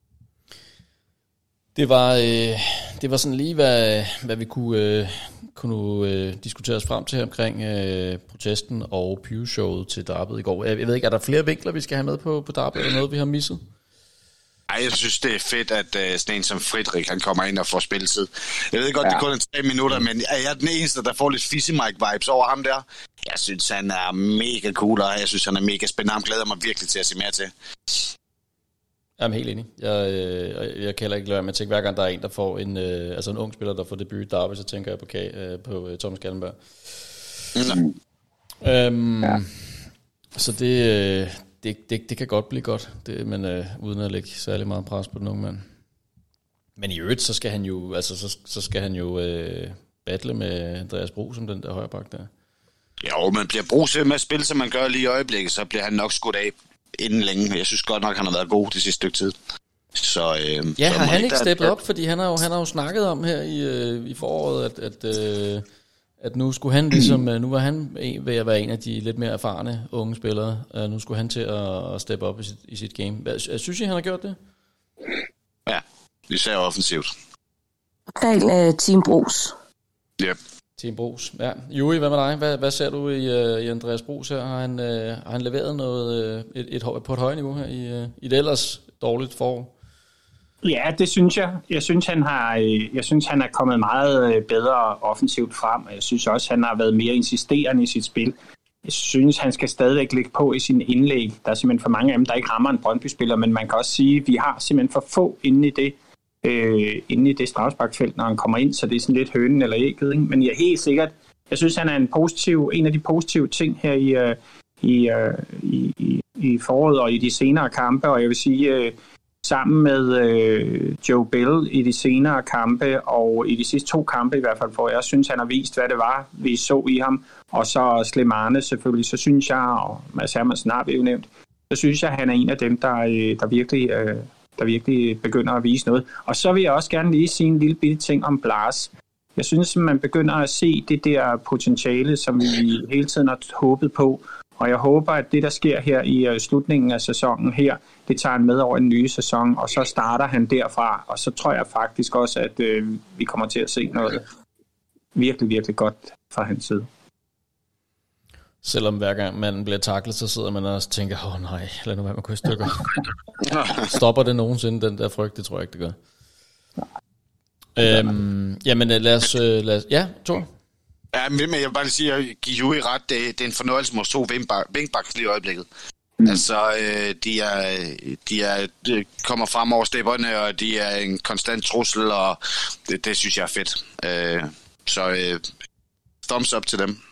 Det var, øh, det var sådan lige, hvad, hvad vi kunne, øh, kunne øh, diskutere os frem til omkring øh, protesten og Pyro-showet til derbyet i går. Jeg, jeg ved ikke, er der flere vinkler, vi skal have med på, på derbyet, eller noget, vi har misset? Ej, jeg synes, det er fedt, at uh, sådan en som Friedrich, han kommer ind og får spilletid. Jeg ved godt, ja. Det er kun tre minutter, men er jeg den eneste, der får lidt Fizzy-Mike-vibes over ham der? Jeg synes, han er mega cool, og jeg synes, han er mega spændende. Han glæder mig virkelig til at se mere til. Jeg er helt enig. Jeg, øh, jeg kan heller ikke lade være med at tænke, hver gang der er en, der får en, øh, altså en ung spiller, der får debut i derby, så tænker jeg på, øh, på uh, Thomas Gallenberg. Mm. Øhm, ja. Så det... Øh, Det, det, det kan godt blive godt, det, men øh, uden at lægge særlig meget pres på den unge mand. Men i øvrigt, så skal han jo, altså, så, så skal han jo øh, battle med Andreas Bro som den der højreback der. Jo, men bliver Bro til med at spille, som man gør lige i øjeblikket, så bliver han nok skudt af inden længe. Jeg synes godt nok, han har været god det sidste stykke tid. Så, øh, ja, så har han ikke steppet op, fordi han har jo, han har jo snakket om her i, øh, i foråret, at... at øh, at nu skulle han ligesom, nu var han ved at være en af de lidt mere erfarne unge spillere, nu skulle han til at steppe op i sit, i sit game. Hvad, synes I, han har gjort det? Ja, især offensivt. Del uh, Team Bros. Ja. Yep. Team Bros, ja. Juri, hvad med dig? Hvad, hvad ser du i, uh, i Andreas Bros her? Har han, uh, har han leveret noget uh, et, et, på et højt niveau her i, uh, i det ellers dårligt forår? Ja, det synes jeg. Jeg synes, han har, jeg synes, han er kommet meget bedre offensivt frem. Jeg synes også, han har været mere insisterende i sit spil. Jeg synes, han skal stadigvæk lægge på i sine indlæg. Der er simpelthen for mange af dem, der ikke rammer en Brøndby-spiller, men man kan også sige, at vi har simpelthen for få inde i det, øh, inde i det straffesparkfelt, når han kommer ind, så det er sådan lidt hønen eller ægget. Ikke? Men jeg er helt sikkert, jeg synes, han er en, positiv, en af de positive ting her i, uh, i, uh, i, i, i foråret og i de senere kampe, og jeg vil sige... Uh, sammen med øh, Joe Bell i de senere kampe, og i de sidste to kampe i hvert fald, hvor jeg synes, han har vist, hvad det var, vi så i ham. Og så Slimane selvfølgelig, så synes jeg, og Mads Hermansen har vi jo nævnt, så synes jeg, han er en af dem, der, der virkelig øh, der virkelig begynder at vise noget. Og så vil jeg også gerne lige sige en lille bitte ting om Blas. Jeg synes, man begynder at se det der potentiale, som vi hele tiden har håbet på. Og jeg håber, at det, der sker her i slutningen af sæsonen her, det tager han med over en ny sæson, og så starter han derfra. Og så tror jeg faktisk også, at øh, vi kommer til at se noget virkelig, virkelig godt fra hans side. Selvom hver gang man bliver taklet, så sidder man og tænker, åh oh, nej, lad nu være med at stykker. Stopper det nogensinde, den der frygt? Det tror jeg ikke, det gør. Øhm, jamen lad os, lad os... Ja, Thor? Ja, men jeg vil bare lige sige, at jeg giver Juri ret. Det, det er en fornøjelse med at stå Vingbaks lige i øjeblikket. Mm. Altså, øh, de, er, de, er, de kommer frem over stepperne, og de er en konstant trussel, og det, det synes jeg er fedt. Øh, så øh, thumbs up til dem.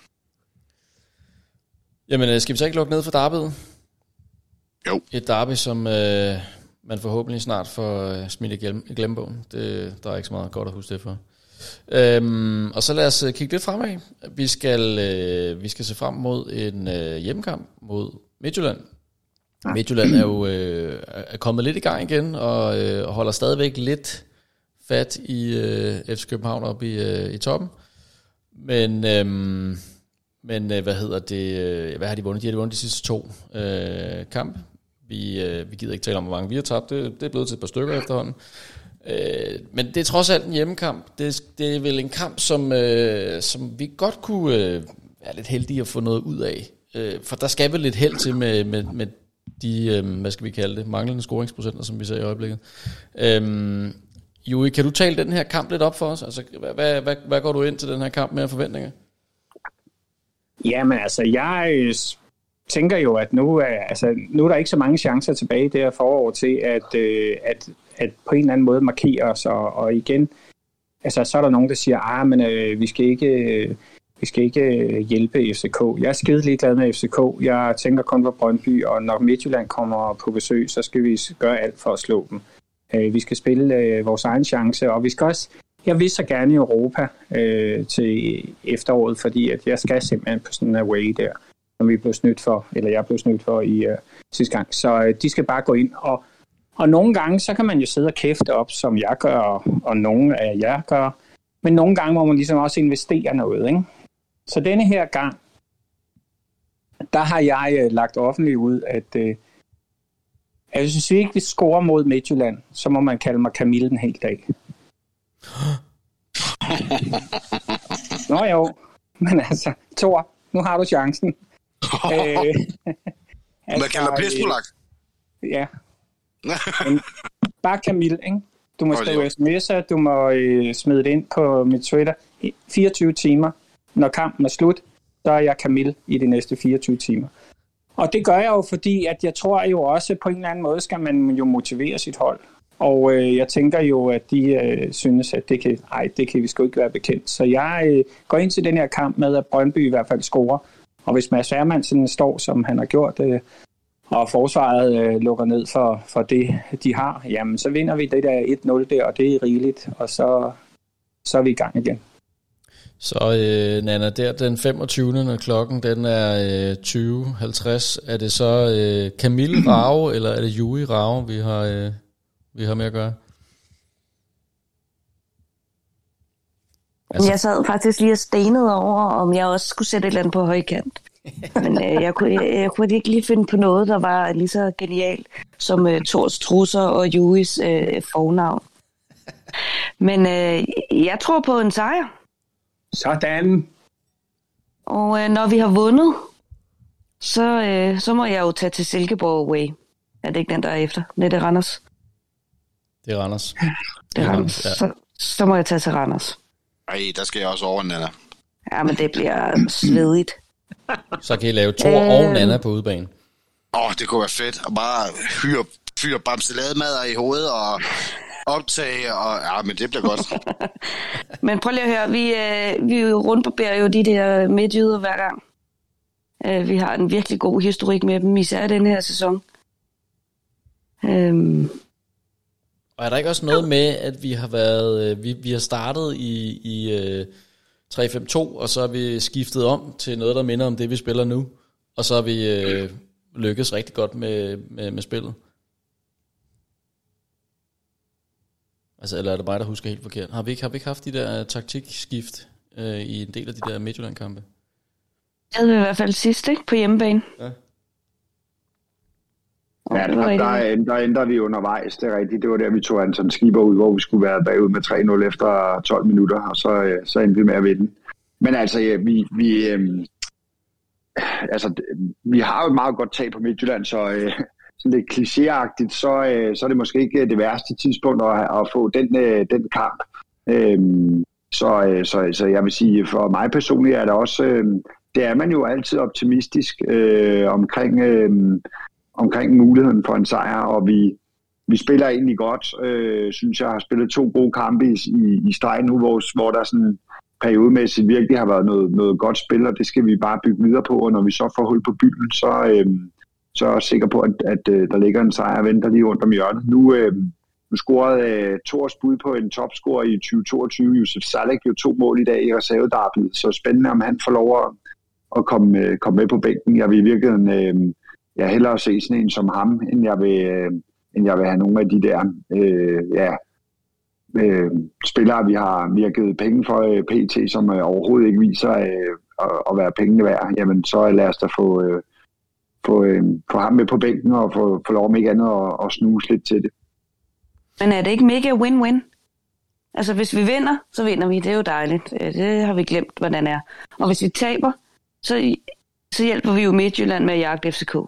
Jamen, skal vi så ikke lukke ned for derbyet? Jo. Et derby, som øh, man forhåbentlig snart får øh, smidt i glem, glemmebogen. Det, der er ikke så meget godt at huske det for. Øhm, og så lad os kigge lidt fremad. Vi skal, øh, vi skal se frem mod en øh, hjemmekamp mod Midtjylland. Midtjylland er jo øh, er kommet lidt i gang igen, og øh, holder stadigvæk lidt fat i øh, F C København oppe i, øh, i toppen. Men, øh, men øh, hvad hedder det? Øh, hvad har de vundet? De har vundet de sidste to øh, kampe. Vi, øh, vi gider ikke tale om, hvor mange vi har tabt. Det, det er blevet til et par stykker efterhånden. Øh, men det er trods alt en hjemmekamp. Det, det er vel en kamp, som, øh, som vi godt kunne øh, være lidt heldige at få noget ud af. Øh, for der skal vel lidt held til med, med, med de, øh, hvad skal vi kalde det, manglende scoringsprocenter, som vi ser i øjeblikket. Øh, Juri, kan du tale den her kamp lidt op for os? Altså, hvad, hvad, hvad går du ind til den her kamp med forventninger? Jamen altså, jeg tænker jo, at nu er, altså, nu er der ikke så mange chancer tilbage der forår til, at, øh, at, at på en eller anden måde markere os, og, og igen, altså, så er der nogen, der siger, ah, men øh, vi skal ikke... Øh, Vi skal ikke hjælpe F C K. Jeg er skide ligeglad med F C K. Jeg tænker kun på Brøndby, og når Midtjylland kommer på besøg, så skal vi gøre alt for at slå dem. Vi skal spille vores egen chance, og vi skal også... Jeg vil så gerne i Europa øh, til efteråret, fordi at jeg skal simpelthen på sådan en away der, som vi blev snydt for, eller jeg blev snydt for i øh, sidste gang. Så øh, de skal bare gå ind, og, og nogle gange, så kan man jo sidde og kæfte op, som jeg gør, og, og nogle af jer gør. Men nogle gange må man ligesom også investere noget, ikke? Så denne her gang, der har jeg øh, lagt offentligt ud, at, øh, at hvis vi ikke vil score mod Midtjylland, så må man kalde mig Camille en hel dag. Nå jo, men altså, Thor, nu har du chancen. øh, altså, man kalder pissbolak. Øh, ja. Men bare Camille, ikke? Du må skrive sms'er, du må øh, smide det ind på mit Twitter. fireogtyve timer. Når kampen er slut, så er jeg Camille i de næste fireogtyve timer. Og det gør jeg jo, fordi at jeg tror jo også, på en eller anden måde skal man jo motivere sit hold. Og øh, jeg tænker jo, at de øh, synes, at det kan, ej, det kan vi sgu ikke være bekendt. Så jeg øh, går ind til den her kamp med, at Brøndby i hvert fald scorer. Og hvis Mads Hermansen står, som han har gjort, øh, og forsvaret øh, lukker ned for, for det, de har, jamen så vinder vi det der et nul der, og det er rigeligt. Og så, så er vi i gang igen. Så øh, Nana, der den femogtyvende når klokken den er øh, tyve halvtreds, er det så øh, Camille Rave, eller er det Juri Rave, vi har, øh, vi har med at gøre? Altså. Jeg sad faktisk lige og stenede over, om jeg også skulle sætte et eller andet på højkant. Men øh, jeg, kunne, jeg, jeg kunne ikke lige finde på noget, der var lige så genialt som øh, Thors trusser og Juris øh, fornavn. Men øh, jeg tror på en sejr. Sådan. Og øh, når vi har vundet, så, øh, så må jeg jo tage til Silkeborg away. Er det ikke den, der er efter? Nej, det er Randers. Det er Randers. Det er Randers. Ja. Så, så må jeg tage til Randers. Ej, der skal jeg også over, Nana. Ja, men det bliver svedigt. Så kan I lave Thor øh... og Nana på udebane. Åh, oh, det kunne være fedt. Og bare hyre, fyre bamselademader i hovedet og optage, og ja, men det bliver godt. Men prøv lige at høre, vi, øh, vi rundbarberer jo de der midtjyder hver gang. Øh, vi har en virkelig god historik med dem, især den her sæson. Øhm. Og er der ikke også noget med, at vi har været, vi, vi har startet i, i uh, tre fem to, og så har vi skiftet om til noget, der minder om det, vi spiller nu, og så har vi uh, lykkes rigtig godt med, med, med spillet? Altså, eller er det mig, der husker helt forkert? Har vi ikke, har vi ikke haft de der taktikskift øh, i en del af de der Midtjylland-kampe? Det havde vi i hvert fald sidst, ikke? På hjemmebane. Ja. Ja, der, der, der ændrede vi undervejs, det er rigtigt. Det var der, vi tog Anton Skipper ud, hvor vi skulle være bagud med tre nul efter tolv minutter, og så, så endte vi med at vinde. Men altså, ja, vi, vi, øh, altså, vi har jo et meget godt tag på Midtjylland, så øh, sådan lidt klichéagtigt, så, øh, så er det måske ikke det værste tidspunkt at, at få den, øh, den kamp. Øh, så, øh, så, så jeg vil sige, for mig personligt er det også, øh, det er man jo altid optimistisk øh, omkring... Øh, omkring muligheden for en sejr, og vi, vi spiller egentlig godt. Øh, synes jeg har spillet to gode kampe i, i, i streg nu, hvor, hvor der sådan periodemæssigt virkelig har været noget, noget godt spil, og det skal vi bare bygge videre på, og når vi så får hul på bylden, så, øh, så er jeg sikker på, at, at, at der ligger en sejr og venter lige rundt om hjørnet. Nu, øh, nu scorede øh, Thors bud på en topscorer i tyve toogtyve, Josef Salek, jo to mål i dag i reservedarbyet, så spændende, om han får lov at, at komme, øh, komme med på bænken. Jeg vil i virkeligheden øh, jeg hellere se sådan en som ham, end jeg vil, øh, end jeg vil have nogle af de der øh, ja, øh, spillere, vi har, vi har givet penge for øh, P T, som øh, overhovedet ikke viser øh, at, at være pengene værd. Jamen, så lad os da få, øh, få, øh, få ham med på bænken og få, få lov om ikke andet at, at snuse lidt til det. Men er det ikke mega win-win? Altså, hvis vi vinder, så vinder vi. Det er jo dejligt. Det har vi glemt, hvordan det er. Og hvis vi taber, så, så hjælper vi jo Midtjylland med at jagte F C K.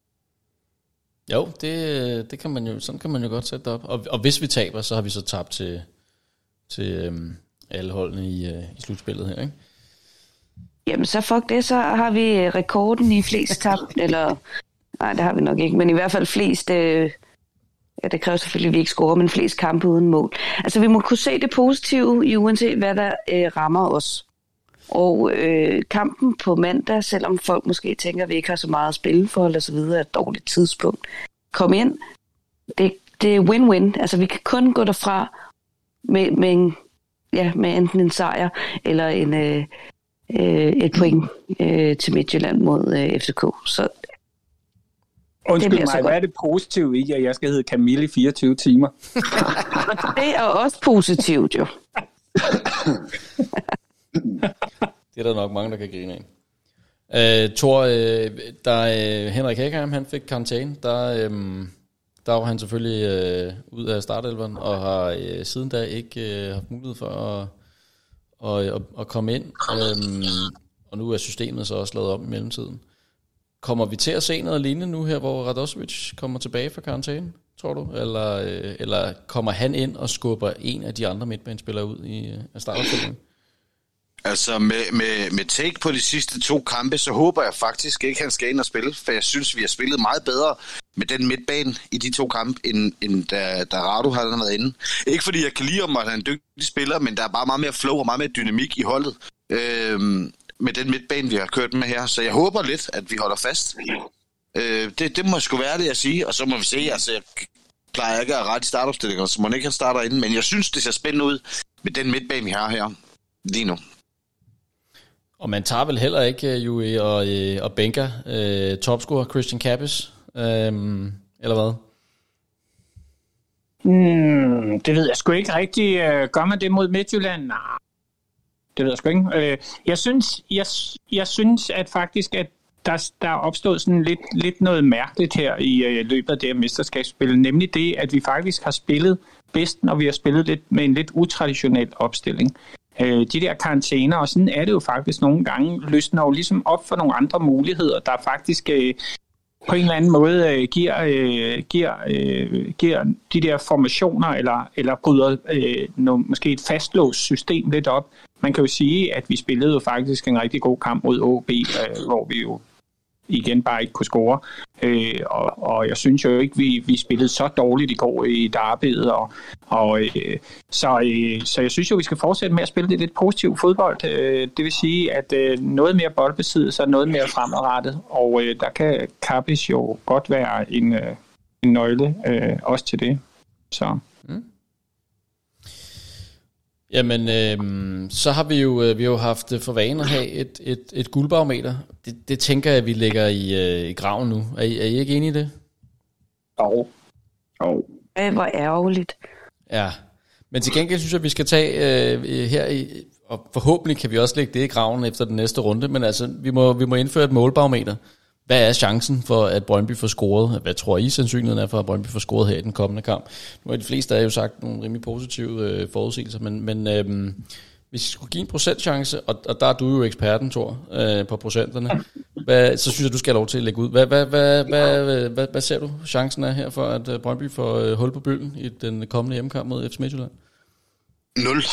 Jo, det, det kan man jo, sådan kan man jo godt sætte op. Og, og hvis vi taber, så har vi så tabt til, til øhm, alle holdene i, øh, i slutspillet her, ikke? Jamen så fuck det, så har vi rekorden i flest tabt, eller nej, det har vi nok ikke, men i hvert fald flest, øh, ja, det kræver selvfølgelig, at vi ikke scorer, men flest kampe uden mål. Altså vi må kunne se det positive i uanset hvad der øh, rammer os. Og øh, kampen på mandag, selvom folk måske tænker, at vi ikke har så meget at spille for, eller så videre, er et dårligt tidspunkt. Kom ind. Det, det er win-win. Altså, vi kan kun gå derfra med, med, en, ja, med enten en sejr, eller en, øh, øh, et point øh, til Midtjylland mod øh, F C K. Så undskyld mig, hvad er det positive i, at jeg skal hedde Camille i fireogtyve timer? Det er også positivt, jo. Det er der nok mange, der kan grine af. Øh, Thor, øh, der øh, Henrik Hækheim, han fik karantæne, der, øh, der var han selvfølgelig øh, ud af startelveren, og har øh, siden da ikke øh, haft mulighed for at, at, at, at komme ind. Øh, og nu er systemet så også lavet om i mellemtiden. Kommer vi til at se noget lignende nu her, hvor Radosevic kommer tilbage fra karantæne, tror du? Eller, øh, eller kommer han ind og skubber en af de andre midtbanespillere ud i øh, startopstillingen? Altså med, med, med take på de sidste to kampe, så håber jeg faktisk ikke, han skal ind og spille, for jeg synes, vi har spillet meget bedre med den midtbane i de to kampe, end, end da, da Radu har været inde. Ikke fordi jeg kan lide om, at han er en dygtig spiller, men der er bare meget mere flow og meget mere dynamik i holdet øhm, med den midtbane, vi har kørt med her. Så jeg håber lidt, at vi holder fast. Øh, det, det må jeg sgu være ærlig at sige, og så må vi se. Altså, jeg plejer ikke at rette i startopstillinger, så må ikke han starter inden, men jeg synes, det ser spændende ud med den midtbane, vi har her lige nu. Og man tager vel heller ikke uh, Jui og, uh, og bænker uh, topscorer Christian Kappes, um, eller hvad? Mm, det ved jeg sgu ikke rigtigt. Gør man det mod Midtjylland? Nej, det ved jeg sgu ikke. Jeg synes, jeg, jeg synes at faktisk, at der, der er opstået sådan lidt, lidt noget mærkeligt her i uh, løbet af det her mesterskabsspil, nemlig det, at vi faktisk har spillet bedst, når vi har spillet lidt med en lidt utraditionel opstilling. De der karantæner, og sådan er det jo faktisk nogle gange, løsner jo ligesom op for nogle andre muligheder, der faktisk øh, på en eller anden måde øh, giver, øh, giver, øh, giver de der formationer, eller, eller bryder øh, noget, måske et fastlåst system lidt op. Man kan jo sige, at vi spillede jo faktisk en rigtig god kamp mod O B, øh, hvor vi jo igen bare ikke kunne score. Øh, og, og jeg synes jo ikke, vi, vi spillede så dårligt i går i derbyet. Og, og, øh, så, øh, så jeg synes jo, vi skal fortsætte med at spille det lidt positiv fodbold. Øh, det vil sige, at øh, noget mere boldbesiddelse og noget mere fremadrettet. Og øh, der kan Kappes jo godt være en, øh, en nøgle øh, også til det. Så... Mm. Jamen, øh, så har vi jo, øh, vi har jo haft for vane at have et, et, et guldbarometer. Det, det tænker jeg, at vi lægger i, øh, i graven nu. Er I, er I ikke enige i det? Jo. Jo. Øh, hvor ærgerligt. Ja, Men til gengæld synes jeg, at vi skal tage øh, her i, og forhåbentlig kan vi også lægge det i graven efter den næste runde, men altså, vi må, vi må indføre et målbarometer. Hvad er chancen for, at Brøndby får scoret? Hvad tror I sandsynligheden er for, at Brøndby får scoret her i den kommende kamp? Nu har de fleste af jo sagt nogle rimelig positive øh, forudsigelser, men, men øh, hvis vi skulle give en procentchance, og, og der er du jo eksperten, Thor, øh, på procenterne, hvad, så synes jeg, du skal have lov til at lægge ud. Hvad, hvad, hvad, hvad, hvad, hvad, hvad ser du chancen er her for, at Brøndby får øh, hul på bølgen i den kommende hjemmekamp mod F C Midtjylland? Nul.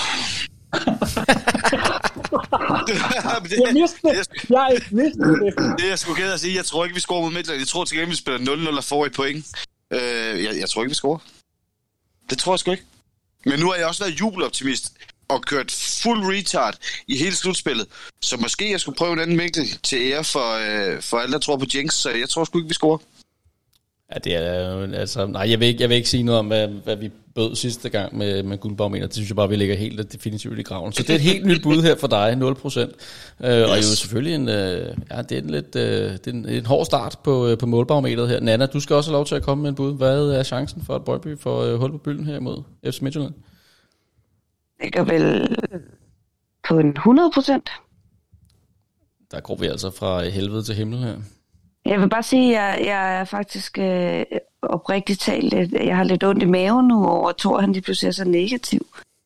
Jeg vidste det. Jeg vidste det. Det er jeg sgu ked at sige. Jeg tror ikke, vi scorer mod Midtjylland. Jeg tror til gengæld, vi spiller nul nul og får et point. Øh, jeg, jeg tror ikke, vi scorer. Det tror jeg sgu ikke. Men nu har jeg også været jubeloptimist og kørt fuld retard i hele slutspillet. Så måske jeg skulle prøve en anden vinkel til ære for, øh, for alle, der tror på Jinx. Så jeg tror sgu ikke, vi scorer. Ja, det er jo, altså, nej, jeg vil ikke, jeg vil ikke sige noget om, hvad, hvad vi bød sidste gang med, med guldbarometer. Det synes jeg bare, vi ligger helt definitivt i graven. Så det er et helt nyt bud her for dig, nul procent. Øh, yes. Og jo selvfølgelig en, øh, ja, det er en lidt, øh, det er en, en hård start på, øh, på målbarometeret her. Nana, du skal også have lov til at komme med en bud. Hvad er chancen for, at Brøndby får øh, hul på bølgen her imod F C Midtjylland? Det går vel på en hundrede procent. Der går vi altså fra helvede til himmel her. Jeg vil bare sige, at jeg, jeg er faktisk øh, oprigtigt talt, jeg har lidt ondt i maven nu over, at Thor han lige pludselig er så negativ.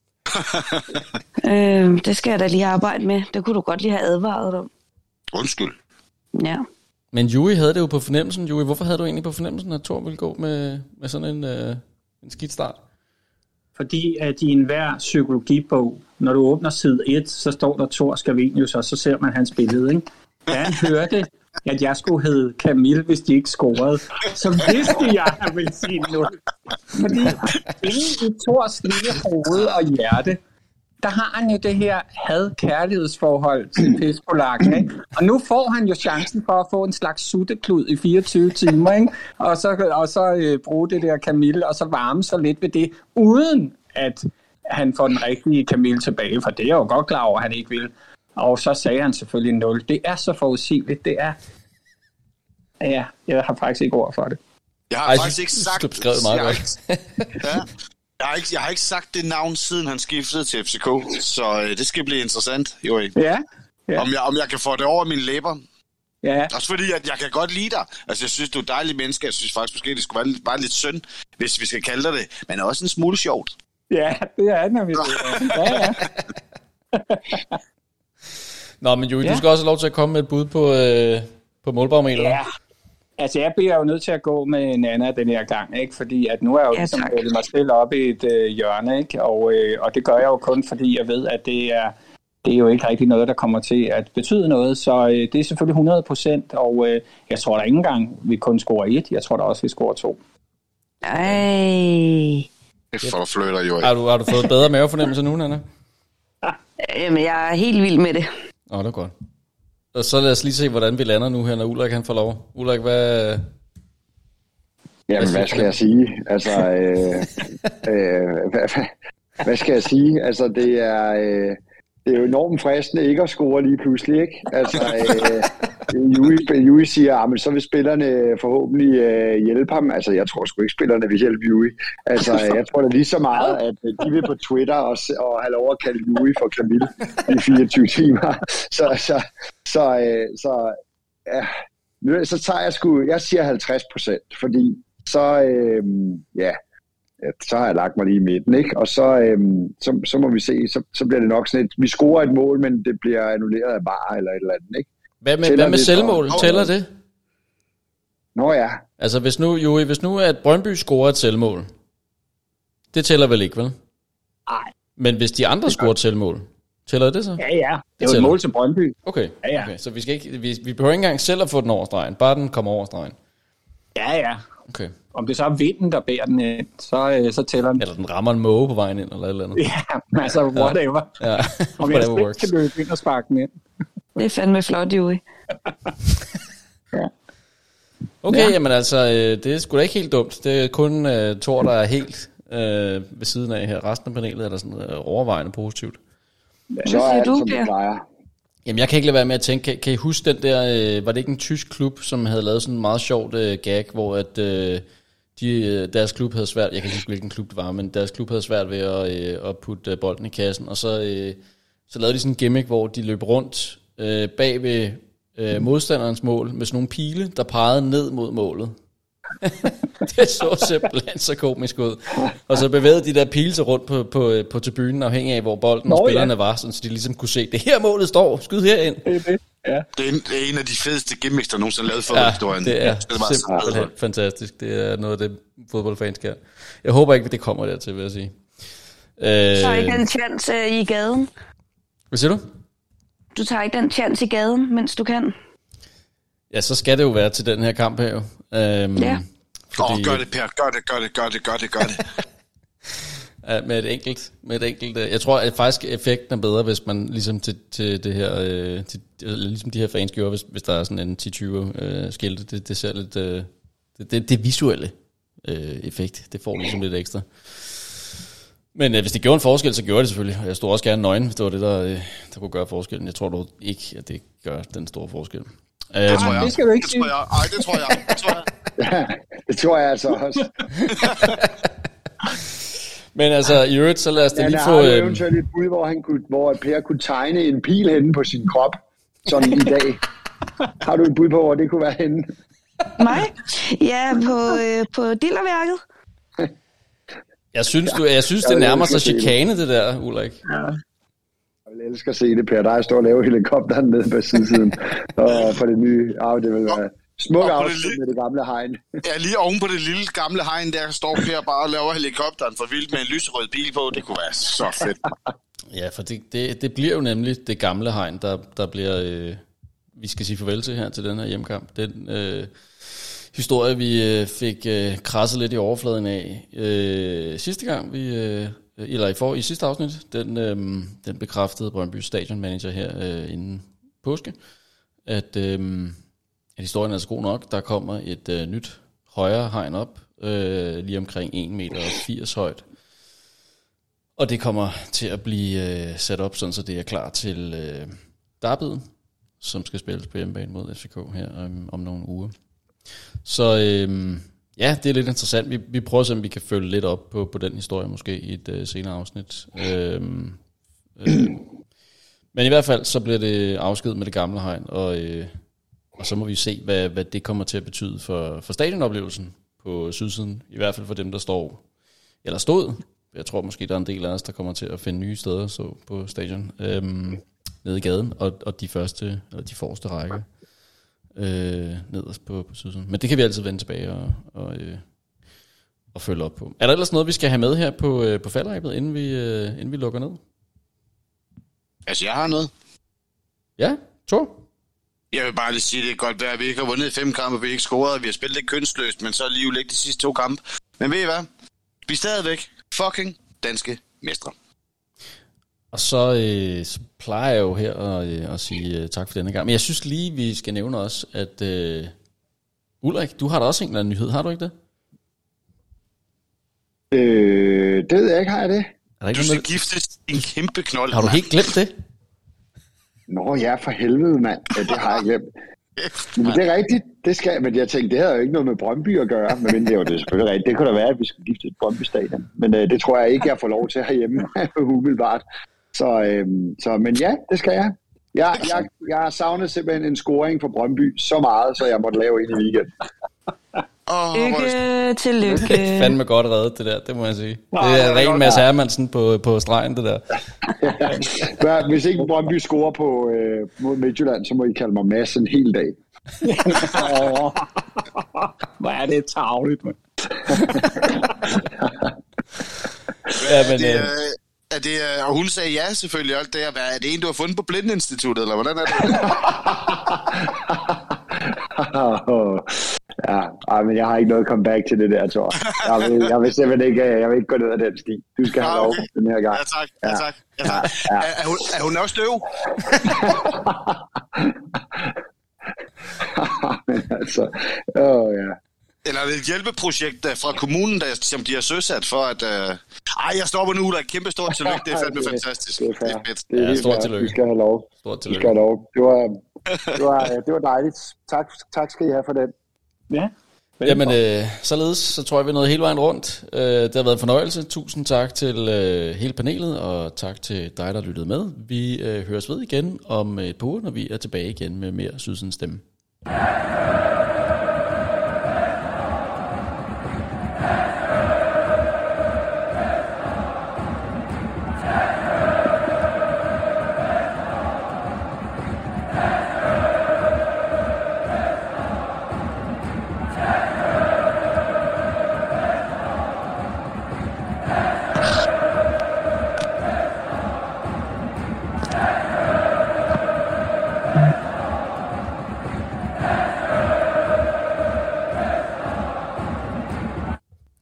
øh, det skal jeg da lige arbejde med. Det kunne du godt lige have advaret om. Undskyld. Ja. Men Juri havde det jo på fornemmelsen. Juri, hvorfor havde du egentlig på fornemmelsen, at Thor ville gå med, med sådan en, øh, en skidt start? Fordi at i enhver psykologibog, når du åbner side et, så står der Thor Scavenius, og så ser man hans billede, ikke? Da han hørte, at jeg skulle hedde Camille, hvis de ikke scorede, så vidste jeg, at jeg ville sige nul. Fordi inden i Thors lille hoved og hjerte, der har han jo det her had-kærlighedsforhold til Pispolakken, ikke? Og nu får han jo chancen for at få en slags sutteklud i fireogtyve timer, ikke? Og så, og så øh, bruge det der Camille, og så varme sig lidt ved det, uden at han får den rigtige Camille tilbage, for det er jeg jo godt klar over, at han ikke vil. Og så sagde han selvfølgelig nul. Det er så forudsigeligt. Det er... Ja, jeg har faktisk ikke ord for det. Jeg har Ej, faktisk ikke sagt... Du skrev meget jeg, godt. ja, jeg, har ikke, jeg har ikke sagt det navn, siden han skiftede til F C K. Så øh, det skal blive interessant, jo ikke? Ja. ja. Om, jeg, om jeg kan få det over mine læber. Ja. Også fordi, at jeg kan godt lide dig. Altså, jeg synes, du er et dejligt menneske. Jeg synes faktisk, måske det skulle være, være lidt synd, hvis vi skal kalde dig det. Men også en smule sjovt. Ja, det er det, når vi ja, ja. Nå, men Juri, ja. du skal også have lov til at komme med et bud på, øh, på målbarometeret. Ja, altså jeg bliver jo nødt til at gå med Nana den her gang, ikke? Fordi at nu er jeg jo ja, ligesom hældet mig selv op i et øh, hjørne, ikke? Og, øh, og det gør jeg jo kun, fordi jeg ved, at det er, det er jo ikke rigtig noget, der kommer til at betyde noget. Så øh, det er selvfølgelig hundrede procent, og øh, jeg tror da ikke engang, vi kun scorer et. Jeg tror da også, vi scorer to. Ej. Det får flytter jo ikke. Har du, har du fået bedre mavefornemmelse nu, Nana? Jamen, jeg er helt vild med det. Åh, oh, det er godt. Og så lad os lige se, hvordan vi lander nu her, når Ulrik han får lov. Ulrik, hvad... Jamen, hvad skal jeg sige? Altså, øh, øh, hvad, hvad, hvad skal jeg sige? Altså, det er, øh, det er jo enormt fristende ikke at score lige pludselig, ikke? Altså, øh, Juri siger, ah, men så vil spillerne forhåbentlig øh, hjælpe ham. Altså, jeg tror sgu ikke, spillerne vil hjælpe Juri. Altså, jeg tror da lige så meget, at de vil på Twitter og, og have lov at kalde Juri for Camille i fireogtyve timer. Så, så, så, øh, så, ja, nu, så tager jeg sgu, jeg siger halvtreds procent, fordi så, øh, ja, så har jeg lagt mig lige i midten, ikke? Og så, øhm, så, så må vi se, så, så bliver det nok sådan et, vi scorer et mål, men det bliver annulleret af bar eller et eller andet, ikke? Hvad med, hvad med selvmål? Og... Tæller det? Nå ja. Altså hvis nu, Juri, hvis nu at Brøndby scorer et selvmål, det tæller vel ikke, vel? Nej. Men hvis de andre scorer et selvmål, tæller det så? Ja, ja. Det er jo et mål til Brøndby. Okay, ja, ja. okay. Så vi, skal ikke, vi, vi behøver ikke engang selv at få den over stregen, bare den kommer over stregen. Ja, ja. Okay. Om det så er vinden, der bærer den ind, så, så tæller den. Eller den rammer en måge på vejen ind, eller et eller andet. Ja, altså whatever. Ja, ja. Om jeg slet kan løbe ind og sparke den ind. Det er fandme flot, Juri. Ja. Okay, ja. Jamen altså, det er sgu da ikke helt dumt. Det er kun uh, Thor, der er helt uh, ved siden af her. Resten af panelet er der sådan uh, overvejende positivt. Hvad siger du, Per? Jamen, jeg kan ikke lade være med at tænke, kan, kan I huske den der, øh, var det ikke en tysk klub, som havde lavet sådan en meget sjovt øh, gag, hvor at, øh, de, deres klub havde svært, jeg kan ikke huske, hvilken klub det var, men deres klub havde svært ved at, at putte bolden i kassen, og så, så lavede de sådan en gimmick, hvor de løb rundt øh, bag ved øh, modstanderens mål med sådan nogle pile, der pegede ned mod målet. Det så simpelthen så komisk ud. Og så bevægede de der pile sig rundt på, på, på tribunen, afhængig af, hvor bolden Nå, og spillerne ja. var, så de ligesom kunne se, det her målet står, skyd herind. Ja. Det, er en, det er en af de fedeste gimmicks, der nogensinde lavet for ja, historien. Det er, det er simpelthen fantastisk. Det er noget af det, fodboldfans kan. Jeg håber ikke, at det kommer dertil, vil jeg sige. Du tager ikke en chance i gaden? Hvad siger du? Du tager ikke den chance i gaden, mens du kan? Ja, så skal det jo være til den her kamp her jo. Øhm, ja. Fordi... Åh, oh, gør det, Per. Gør det, gør det, gør det, gør det, gør det. Ja, med et enkelt, med et enkelt. Jeg tror at faktisk effekten er bedre, hvis man ligesom til, til det her, øh, til, ligesom de her fans gjorde, hvis, hvis der er sådan en ti tyve øh, skilte. Det, det ser lidt, øh, det, det, det visuelle øh, effekt, det får ligesom lidt ekstra. Men øh, hvis det gjorde en forskel, så gjorde det selvfølgelig. Jeg stod også gerne nøgen, hvis det var det, der, øh, der kunne gøre forskellen. Jeg tror dog ikke, at det gør den store forskel. Det øh, tror jeg. Det skal du ikke det sige. Tror jeg. Ej, det tror jeg. Det tror jeg. Ja, det tror jeg altså også. Men altså, i øvrigt, så lad os da ja, lige der få... har du Øh... eventuelt et bud, hvor, han kunne, hvor Per kunne tegne en pil henne på sin krop, sådan i dag. Har du et bud på, hvor det kunne være henne? Mig? Ja, på, øh, på dillerværket. Jeg synes, du, jeg synes det nærmer sig chikane, det der, Ulrik. Ja. Jeg vil elske at se det, Per. Der er stå og lave helikopteren nede på siden og på det nye. Ah, det vil være smuk afsnit med det gamle hegn. Ja, lige oven på det lille gamle hegn, der står Per bare og laver helikopteren for vildt med en lyserød bil på. Det kunne være så fedt. Ja, for det, det, det bliver jo nemlig det gamle hegn, der, der bliver... Øh, vi skal sige farvel til her til den her hjemmekamp. Den øh, historie, vi øh, fik øh, krasset lidt i overfladen af øh, sidste gang, vi... Øh, eller i, for, i sidste afsnit, den, øh, den bekræftede Brøndby stadionmanager her øh, inden påske, at, øh, at historien er altså god nok. Der kommer et øh, nyt højere hegn op, øh, lige omkring en meter firs højt. Og det kommer til at blive øh, sat op, sådan så det er klar til øh, derbyet, som skal spilles på hjemmebane mod F C K her om, om nogle uger. Så... Øh, Ja, det er lidt interessant. Vi, vi prøver at se, om vi kan følge lidt op på, på den historie, måske i et uh, senere afsnit. Øhm, øh, men i hvert fald, så bliver det afsked med det gamle hegn, og, øh, og så må vi se, hvad, hvad det kommer til at betyde for, for stadionoplevelsen på sydsiden. I hvert fald for dem, der står, eller stod. Jeg tror måske, der er en del af os, der kommer til at finde nye steder så på stadion. Øhm, nede i gaden, og, og de første, eller de forreste rækker. Øh, nederst på, på sydsiden. Men det kan vi altid vende tilbage og, og, øh, og følge op på. Er der ellers noget, vi skal have med her på, øh, på faldrebet, inden vi, øh, inden vi lukker ned? Altså, jeg har noget. Ja, Thor? Jeg vil bare lige sige, det er godt være, at vi ikke har vundet fem kampe, vi har ikke scoret, vi har spillet lidt kønsløst, men så alligevel ikke de sidste to kampe. Men ved I hvad? Vi er stadigvæk fucking danske mestre. Og så, øh, så plejer jeg jo her at, øh, at sige øh, tak for denne gang. Men jeg synes lige, vi skal nævne også, at øh, Ulrik, du har da også en eller anden nyhed, har du ikke det? Øh, det ved jeg ikke, har jeg det? Er der du skal giftes en kæmpe knold. Har du helt glemt det? Nå ja, for helvede, mand. Ja, det har jeg glemt. Men det er rigtigt, det skal, men jeg tænkte, det havde jo ikke noget med Brøndby at gøre, men det var det selvfølgelig rigtigt. Det kunne da være, at vi skulle gifte et Brøndby-stadion, men øh, det tror jeg ikke, jeg får lov til herhjemme, umiddelbart. Så, øh, så, men ja, det skal jeg. Jeg, jeg. jeg har savnet simpelthen en scoring for Brøndby så meget, så jeg måtte lave en i weekenden. Oh, Lykke til lykke. Det er fandme godt reddet, det der, det må jeg sige. Det er ren Mads Hermansen på, på stregen, det der. Ja, hvis ikke Brøndby scorer på, øh, mod Midtjylland, så må I kalde mig Mads en hel dag. Hvor er det tarveligt, man. Ja, men... Det, øh... Er det, og hun sagde ja selvfølgelig, alt det her. Er det en, du har fundet på Blindinstituttet, eller hvordan er det? Ja, men jeg har ikke noget comeback til det der, tror jeg. Jeg vil, jeg vil simpelthen ikke, jeg vil ikke gå ned ad den sti. Du skal have lov den her gang. Ja, tak. Ja, tak. Ja, tak. Ja, ja. Er, er, hun, er hun også døv? Men altså, åh ja. Eller er det et hjælpeprojekt fra kommunen, der, som de har søsat for at... Uh... Ej, jeg stopper nu, der er et kæmpe stort tillykke. Det er fandme det, fantastisk. Det er, det er fedt. Det er ja, stort tillykke. Du skal have lov. Stort tillykke. Du skal have lov. Det var, det var, det var dejligt. Tak, tak skal I have for den. Ja. Jamen, øh, således, så tror jeg, vi er nået hele vejen rundt. Øh, det har været en fornøjelse. Tusind tak til øh, hele panelet, og tak til dig, der lyttede med. Vi øh, høres ved igen om et par uger, når vi er tilbage igen med mere Sydsens Stemme.